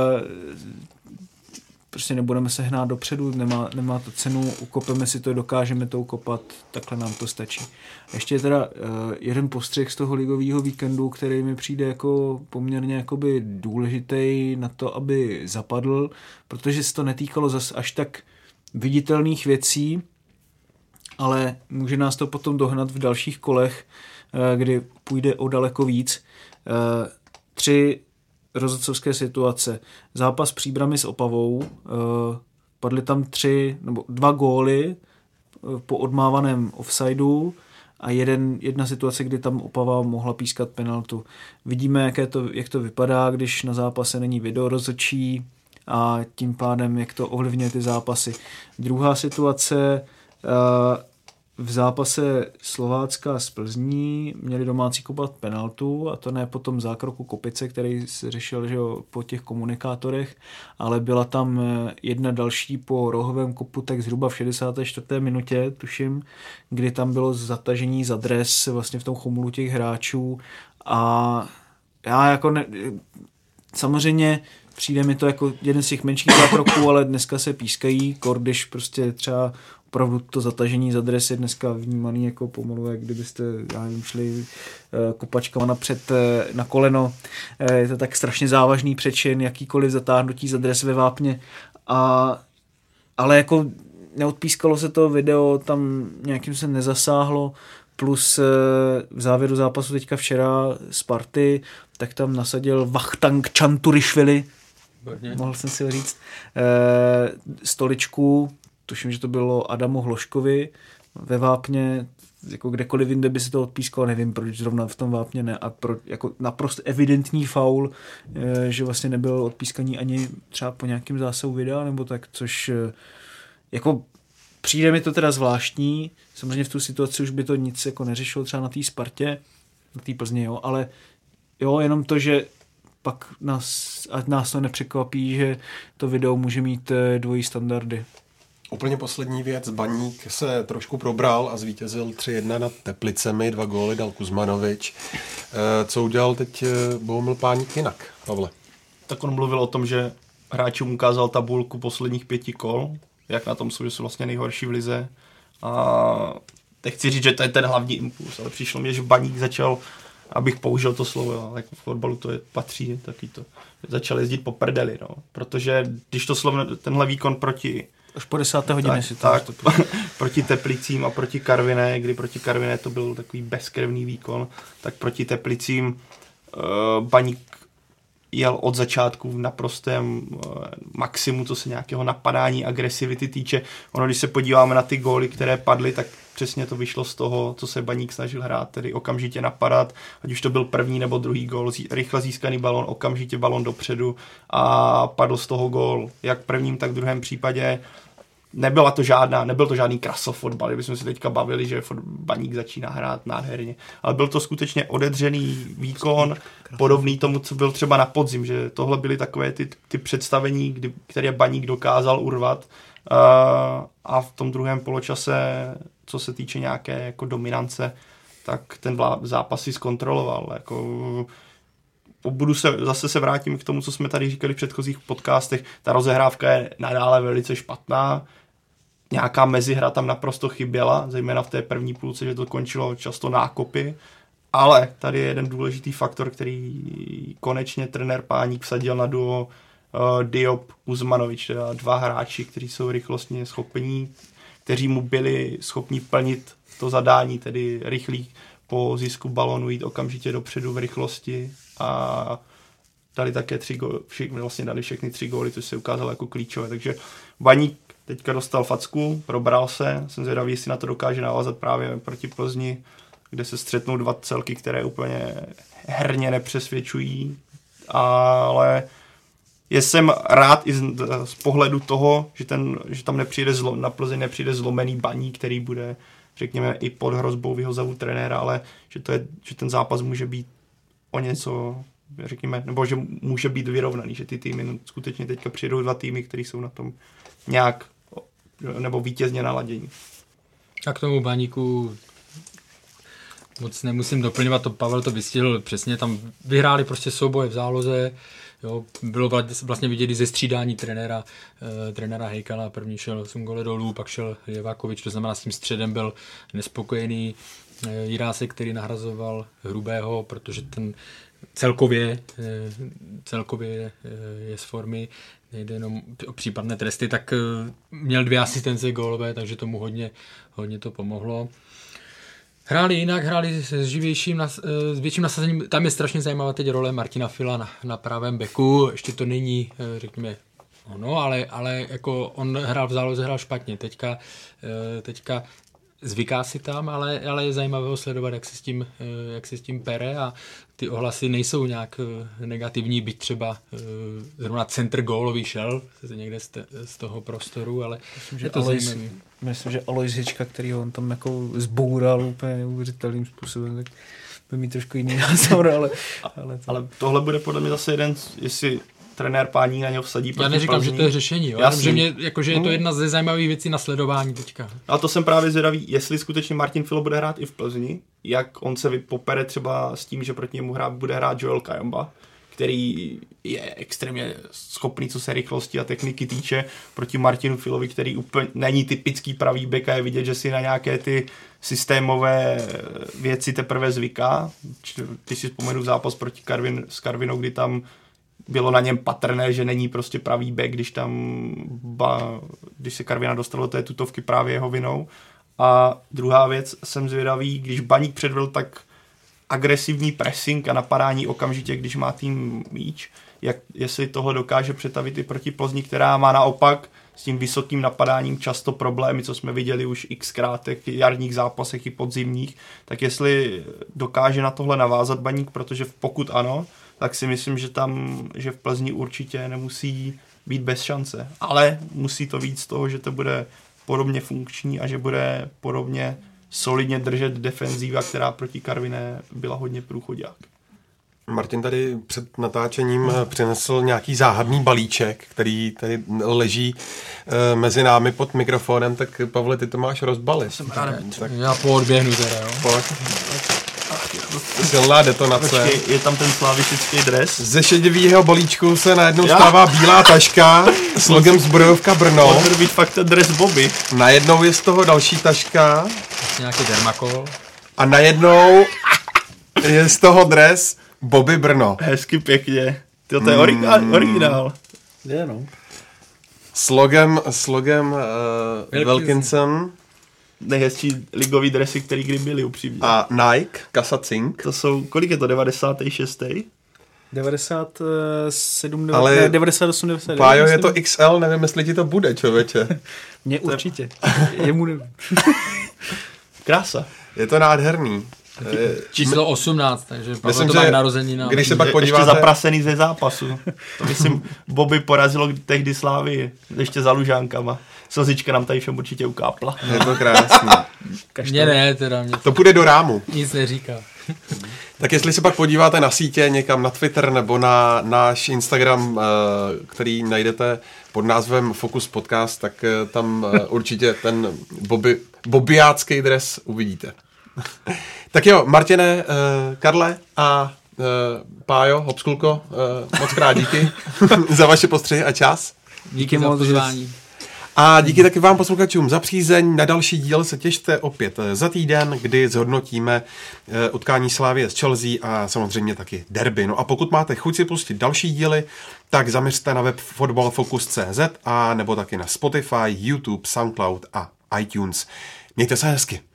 prostě nebudeme se hnát dopředu, nemá, nemá to cenu, ukopeme si to, dokážeme to ukopat, takhle nám to stačí. Ještě teda e, jeden postřeh z toho ligového víkendu, který mi přijde jako poměrně jakoby důležitý na to, aby zapadl, protože se to netýkalo zas až tak viditelných věcí, ale může nás to potom dohnat v dalších kolech, kdy půjde o daleko víc. Tři rozhodcovské situace. Zápas Příbrami s Opavou. Padly tam tři nebo dva góly po odmávaném offsideu a jeden, jedna situace, kdy tam Opava mohla pískat penaltu. Vidíme, jaké to, jak to vypadá, když na zápase není video rozhodčí a tím pádem, jak to ovlivňuje ty zápasy. Druhá situace, v zápase Slovácka s Plzní měli domácí kopat penaltu a to ne po tom zákroku Kopice, který se řešil, že jo, po těch komunikátorech, ale byla tam jedna další po rohovém kopu tak zhruba v šedesáté čtvrté minutě, tuším, kdy tam bylo zatažení za dres vlastně v tom chomulu těch hráčů a já jako ne, samozřejmě přijde mi to jako jeden z těch menších zákroků, ale dneska se pískají, kor, když prostě třeba opravdu to zatažení za dres je dneska vnímaný jako pomalu, jak kdybyste, já nevím, šli kopačkama napřed na koleno. Je to tak strašně závažný přečin, jakýkoliv zatáhnutí za dres ve vápně. A, ale jako neodpískalo se to video, tam nějakým se nezasáhlo, plus v závěru zápasu teďka včera Sparty, tak tam nasadil Vachtank Čanturišvili, mohl jsem si ho říct, stoličku, tuším, že to bylo Adamu Hloškovi ve vápně, jako kdekoliv jinde by se to odpískalo, nevím, proč zrovna v tom vápně ne, a pro, jako naprosto evidentní faul, že vlastně nebyl odpískaný ani třeba po nějakým zásahu videa, nebo tak, což jako přijde mi to teda zvláštní, samozřejmě v tu situaci už by to nic jako neřešilo třeba na té Spartě, na té Plzně, jo, ale jo, jenom to, že pak nás, ať nás to nepřekvapí, že to video může mít dvojí standardy. Úplně poslední věc, Baník se trošku probral a zvítězil tři jedna nad Teplicemi, dva góly dal Kuzmanovič. Co udělal teď Bohumil Páník jinak, Pavle? Tak on mluvil o tom, že hráčům ukázal tabulku posledních pěti kol, jak na tom jsou, že jsou vlastně nejhorší v lize. A nechci říct, že to je ten hlavní impuls, ale přišlo mi, že Baník začal, abych použil to slovo, ale jako v fotbalu to je, patří, taky to, začal jezdit po prdeli, no. Protože když to slovo, tenhle výkon proti až po desáté hodině tak, si to tak, proti Teplicím a proti Karviné, kdy proti Karviné to byl takový bezkrevný výkon, tak proti Teplicím uh, Baník jel od začátku v naprostém uh, maximu, co se nějakého napadání, agresivity týče. Ono, když se podíváme na ty góly, které padly, tak přesně to vyšlo z toho, co se Baník snažil hrát, tedy okamžitě napadat, ať už to byl první nebo druhý gól, rychle získaný balon, okamžitě balon dopředu a padl z toho gól. Jak v prvním, tak v druhém případě nebyla to žádná, nebyl to žádný krasofotbal, kdybychom se teďka bavili, že Baník začíná hrát nádherně, ale byl to skutečně odedřený výkon, podobný tomu, co byl třeba na podzim, že tohle byly takové ty, ty představení, kdy, které Baník dokázal urvat uh, a v tom druhém poločase, co se týče nějaké jako dominance, tak ten vlá, zápas si zkontroloval. Jako, budu se, zase se vrátím k tomu, co jsme tady říkali v předchozích podcastech, ta rozehrávka je nadále velice špatná, nějaká mezihra tam naprosto chyběla, zejména v té první půlce, že to končilo často nákopy, ale tady je jeden důležitý faktor, který konečně trenér Páník vsadil na duo uh, Diop Uzmanovič, teda dva hráči, kteří jsou rychlostně schopní, kteří mu byli schopni plnit to zadání, tedy rychlý po zisku balonu jít okamžitě dopředu v rychlosti a dali také tři góly, vlastně dali všechny tři góly, což se ukázalo jako klíčové, takže Baník teďka dostal facku, probral se, jsem zvědavý, jestli na to dokáže navázat právě proti Plzni, kde se střetnou dva celky, které úplně herně nepřesvědčují, ale jsem rád i z, z pohledu toho, že, ten, že tam nepřijde zlo, na Plzeň nepřijde zlomený Baník, který bude, řekněme, i pod hrozbou vyhozavu trenéra, ale že, to je, že ten zápas může být o něco, řekněme, nebo že může být vyrovnaný, že ty týmy skutečně teďka přijdou dva týmy, které jsou na tom nějak nebo vítězně naladění. A k tomu Baníku moc nemusím doplňovat, to Pavel to vystihl přesně, tam vyhráli prostě souboje v záloze, jo, bylo vlastně vidět i ze střídání trenéra, eh, trenéra Hejkala, první šel osm gole dolů, pak šel Jevákovič, to znamená s tím středem byl nespokojený, eh, Jirásek, který nahrazoval Hrubého, protože ten celkově, eh, celkově eh, je z formy, nejde jenom o případné tresty, tak eh, měl dvě asistence gólové, takže tomu hodně, hodně to pomohlo. Hráli jinak, hráli s živějším, s větším nasazením. Tam je strašně zajímavá teď role Martina Fila na, na pravém beku. Ještě to není, řekněme, ono, ale, ale jako on hrál v záloze, hrál špatně. Teďka, teďka zvyká si tam, ale, ale je zajímavé ho sledovat, jak se s tím, jak se s tím pere a ty ohlasy nejsou nějak negativní, byť třeba zrovna centr gólový šel někde z, te, z toho prostoru, ale myslím, že je to Alois, zajímavé. Myslím, že Alois Hička, který on tam jako zboural úplně neuvěřitelným způsobem, tak by mít trošku jiný názor, ale... ale, to... ale tohle bude podle mě zase jeden, jestli trenér Páník na něho vsadí. Já neříkám, Plzni. Že to je řešení, jo? Že, mě, jako, že je to jedna ze zajímavých věcí na sledování teďka. A to jsem právě zvědavý, jestli skutečně Martin Filo bude hrát i v Plzni, jak on se popere třeba s tím, že proti němu hrát, bude hrát Joel Kajamba, který je extrémně schopný, co se rychlosti a techniky týče, proti Martinu Filovi, který úplně není typický pravý bek a je vidět, že si na nějaké ty systémové věci teprve zvyká. Když si vzpomenu zápas proti Karvin, s Karvinou, kdy tam bylo na něm patrné, že není prostě pravý back, když tam ba, když se Karviná dostalo do té tutovky právě jeho vinou. A druhá věc, jsem zvědavý, když Baník předvedl tak agresivní pressing a napadání okamžitě, když má tým míč, jak, jestli tohle dokáže přetavit i proti Plzni, která má naopak s tím vysokým napadáním často problémy, co jsme viděli už xkrát v jarních zápasech i podzimních, tak jestli dokáže na tohle navázat Baník, protože pokud ano, tak si myslím, že tam, že v Plzni určitě nemusí být bez šance. Ale musí to víc z toho, že to bude podobně funkční a že bude podobně solidně držet defenzíva, která proti Karviné byla hodně průchodák. Martin tady před natáčením přinesl nějaký záhadný balíček, který tady leží e, mezi námi pod mikrofonem, tak Pavle, ty to máš rozbalit. Tak, tak já poodběhnu teda, jo. Pojď. Silná detonace. Počkej, je tam ten slavistický dres. Ze šedivého balíčku se najednou stává bílá taška s logem Zbrojovka Brno. Může být fakt ten dres Bobby. Najednou je z toho další taška. Nějaký dermakol. A najednou je z toho dres Bobby Brno. Hezky pěkně. Tyjo, to je originál. Mm. originál. Je, no. S logem, s logem uh, Wilkinson. Nejhezčí ligový dresy, který kdy byly upřímně. A Nike, Kasacink. To jsou, kolik je to, devadesát šest? devadesát sedm, Ale ne, devadesát osm, devadesát devět. Pájo, je to X L, nevím, jestli ti to bude, člověče. Mně určitě. Jemu nevím. Krása. Je to nádherný. Číslo osmnáct, takže myslím, to že má narozenina. Když se pak Ještě podíváte... zaprasený ze zápasu. To myslím, Bobby porazilo tehdy Slávii. Ještě za Lužánkama. Slzička nám tady všem určitě ukápla. Je to krásný. Mně ne, teda mě to půjde do rámu. Nic neříká. Tak jestli se pak podíváte na sítě, někam na Twitter nebo na náš Instagram, který najdete pod názvem Focus Podcast, tak tam určitě ten Bobby, bobiácký dres uvidíte. Tak jo, Martine, Karle a Pájo, Hopskulko, moc krát díky za vaše postřehy a čas. Díky moc za pozvání. A díky taky vám posluchačům za přízeň. Na další díl se těšte opět za týden, kdy zhodnotíme utkání Slavie s Chelsea a samozřejmě taky derby. No a pokud máte chuť si pustit další díly, tak zaměřte na web fotbalfocus tečka cé zet a nebo taky na Spotify, YouTube, SoundCloud a iTunes. Mějte se hezky.